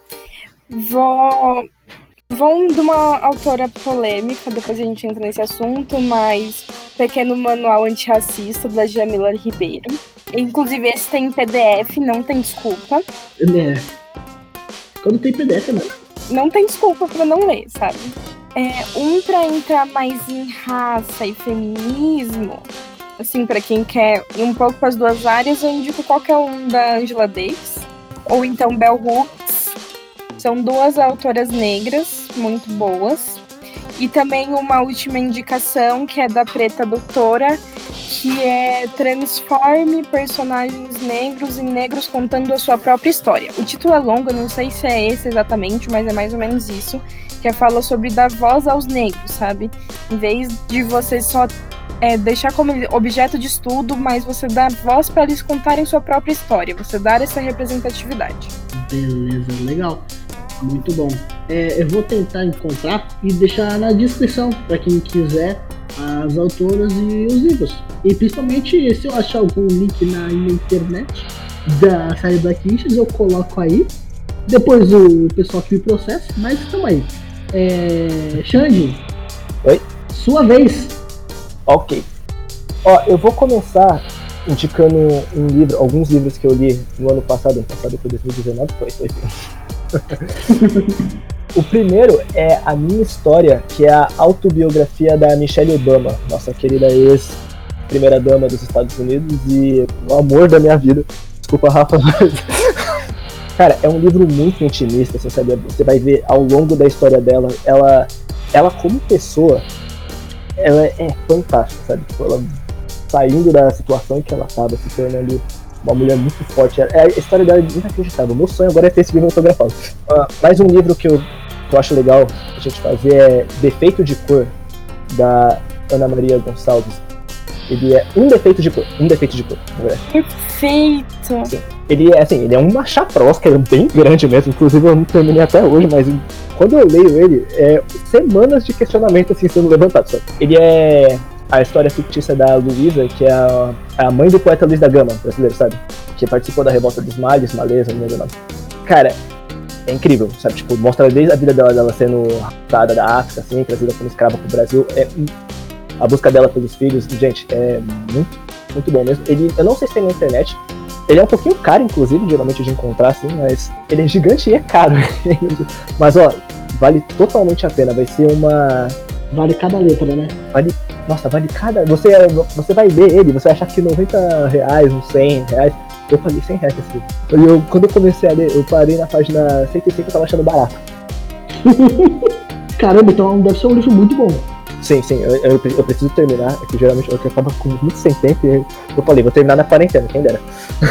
Vão de uma autora polêmica, depois a gente entra nesse assunto, mas Pequeno Manual Antirracista, da Jamila Ribeiro. Inclusive, esse tem em PDF, não tem desculpa.
Quando tem PDF, não.
Não tem desculpa pra não ler, sabe? Pra entrar mais em raça e feminismo, assim, pra quem quer ir um pouco para as duas áreas, eu indico qualquer um da Angela Davis, ou então Bell Hooks. São 2 autoras negras, muito boas. E também uma última indicação, que é da Preta Doutora, que é Transforme Personagens Negros em Negros Contando a Sua Própria História. O título é longo, eu não sei se é esse exatamente, mas é mais ou menos isso, que fala sobre dar voz aos negros, sabe? Em vez de você só deixar como objeto de estudo, mas você dar voz para eles contarem sua própria história, você dar essa representatividade.
Beleza, legal. Muito bom. Eu vou tentar encontrar e deixar na descrição para quem quiser as autoras e os livros. E principalmente se eu achar algum link na internet da série Blacklist, eu coloco aí. Depois o pessoal que me processa, mas estamos aí. Xande.
Oi?
Sua vez.
Ok. Eu vou começar indicando alguns livros que eu li no ano passado foi 2019, foi sim. O primeiro é A Minha História, que é a autobiografia da Michelle Obama, nossa querida ex-primeira-dama dos Estados Unidos e o amor da minha vida. Desculpa, Rafa, mas... Cara, é um livro muito intimista, assim, sabe? Você vai ver ao longo da história dela, ela como pessoa, ela é fantástica, sabe? Tipo, ela saindo da situação em que ela estava, se tornando uma mulher muito forte. A história dela é inacreditável. Meu sonho agora é ter esse livro autografado. Mais um livro que eu acho legal a gente fazer é Defeito de Cor, da Ana Maria Gonçalves. Ele é um defeito de cor, na verdade.
Perfeito!
Sim. Ele é uma chaprosca, é bem grande mesmo, inclusive eu não terminei até hoje, mas quando eu leio ele, semanas de questionamento assim sendo levantados, sabe? Ele é a história fictícia da Luísa, que é a mãe do poeta Luiz da Gama, brasileiro, sabe? Que participou da revolta dos Males, Maleza, não lembro o nome. Cara, é incrível, sabe? Tipo, mostra desde a vida dela sendo raptada da África, assim, trazida como escrava pro Brasil. A busca dela pelos filhos, gente, é muito, muito bom mesmo. Eu não sei se tem na internet. Ele é um pouquinho caro, inclusive, geralmente de encontrar, assim, mas ele é gigante e é caro. Mas, vale totalmente a pena. Vai ser uma...
Vale cada letra, né?
Vale cada... Você vai ler ele, você vai achar que R$90, uns R$100, Eu paguei R$100 esse livro. Quando eu comecei a ler, eu parei na página 105 e eu tava achando barato.
Caramba, então deve ser um livro muito bom.
Sim, eu preciso terminar, é que geralmente eu acabo com muito sem tempo e eu falei, vou terminar na quarentena, quem dera.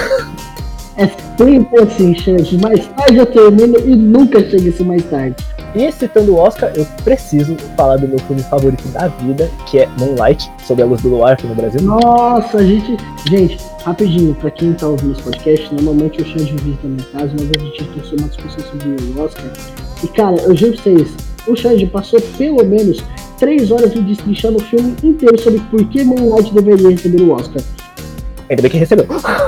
É sempre assim, gente. Mais tarde eu termino e nunca chega isso mais tarde.
E citando o Oscar, eu preciso falar do meu filme favorito da vida, que é Moonlight, Sob a Luz do Luar aqui no Brasil.
Nossa, gente, rapidinho, pra quem tá ouvindo esse podcast, normalmente eu chamo de visita na casa, mas a gente trouxe uma discussão sobre o Oscar. E cara, eu juro pra vocês, o Xande passou pelo menos 3 horas me destrinchando o filme inteiro sobre por que Moonlight deveria receber o Oscar.
Ainda bem que recebeu.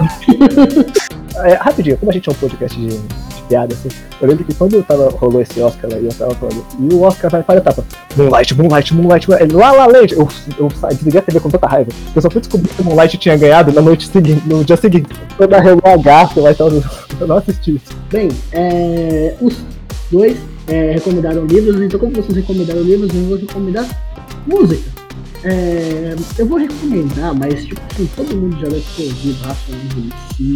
Rapidinho, como a gente é um podcast de piada, assim, eu lembro que quando rolou esse Oscar lá, eu tava falando, e o Oscar vai para a etapa, Moonlight, La La Land, eu desliguei a TV com tanta raiva, eu só fui descobrir que o Moonlight tinha ganhado no dia seguinte, quando arregou a gafa lá e tal, eu não assisti.
Bem, os dois recomendaram livros, então como vocês recomendaram livros, eu vou recomendar música. Eu vou recomendar, mas tipo assim, todo mundo já deve ter ouvido Racionais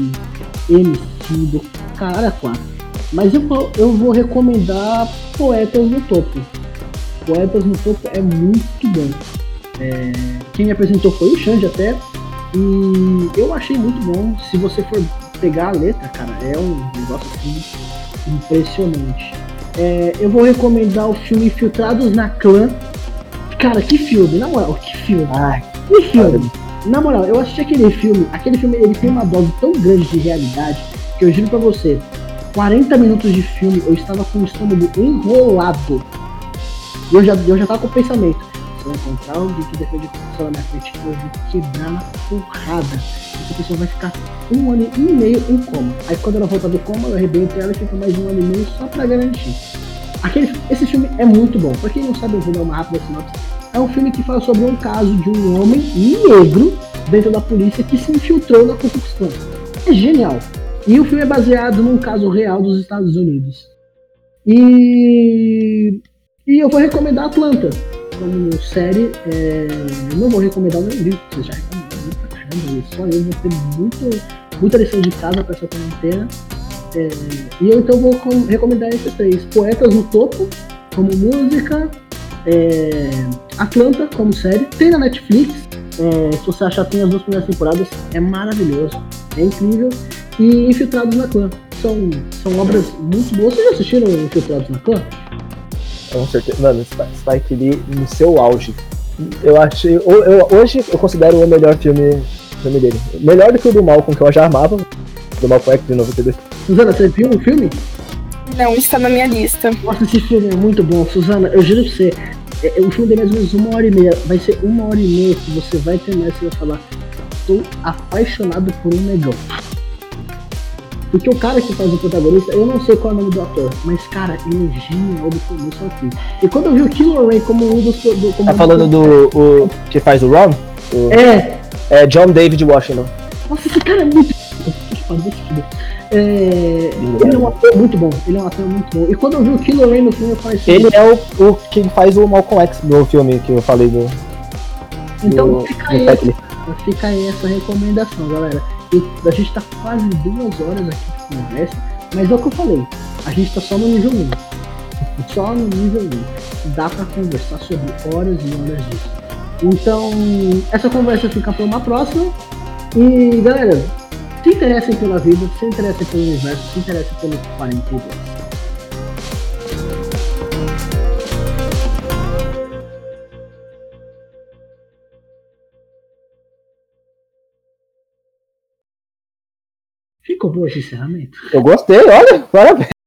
MC, do cara 4. Mas eu vou recomendar Poetas no Topo. Poetas no Topo é muito bom. Quem me apresentou foi o Xande até. E eu achei muito bom. Se você for pegar a letra, cara, é um negócio assim impressionante. Eu vou recomendar o filme Infiltrados na Clã. Cara, que filme, na moral, que filme. Que filme. Na moral, eu assisti aquele filme ele tem uma dose tão grande de realidade que eu juro pra você, 40 minutos de filme eu estava com o estômago enrolado. E eu já tava com o pensamento, se eu encontrar alguém que defende a pessoa na minha frente, eu vou quebrar na porrada. Essa pessoa vai ficar 1 ano e meio em coma. Aí quando ela voltar do coma, eu arrebento ela e fica mais 1 ano e meio só pra garantir. Esse filme é muito bom. Pra quem não sabe, eu vou dar uma rápida sinopse. É um filme que fala sobre um caso de um homem negro dentro da polícia que se infiltrou na Ku Klux Klan. É genial. E o filme é baseado num caso real dos Estados Unidos. E eu vou recomendar Atlanta como série. Não vou recomendar o meu livro, vocês já recomendaram muito pra caramba. Só eu vou ter muita lição de casa pra essa quarentena. E eu então vou recomendar esses 3. Poetas no Topo, como música. Atlanta, como série. Tem na Netflix. Se você achar, tem as 2 primeiras temporadas. É maravilhoso. É incrível. E Infiltrados na Clã. São obras muito boas. Vocês já assistiram Infiltrados na Clã?
Com certeza. Mano, Spike Lee no seu auge. Eu achei. Hoje eu considero o melhor filme dele. Melhor do que o do Malcolm, que eu já amava. Do Malcolm X de 92.
Suzana, você viu o filme?
Não, está na minha lista.
Nossa, esse filme é muito bom. Suzana, eu juro pra você. O filme tem mais ou menos 1 hora e meia. Vai ser 1 hora e meia que você vai terminar e você vai falar: tô apaixonado por um negão. Porque o cara que faz o protagonista, eu não sei qual é o nome do ator, mas cara, ele é genial do começo ao fim. E quando eu vi o Kylo Ren como um dos...
Tá falando do que faz o Ron? É John David Washington.
Nossa, esse cara é muito... Ele é um ator muito bom. E quando eu vi o Kylo Ren no filme, eu falei assim...
Ele é o que faz o Malcolm X do filme que eu falei do...
Então fica aí essa recomendação, galera. A gente tá quase 2 horas aqui de conversa, mas é o que eu falei, a gente tá só no nível 1. Só no nível 1. Dá pra conversar sobre horas e horas disso. Então, essa conversa fica pra uma próxima. E galera, se interessem pela vida, se interessem pelo universo, se interessem pelo 42. Ficou bom esse encerramento?
Eu gostei, olha, parabéns.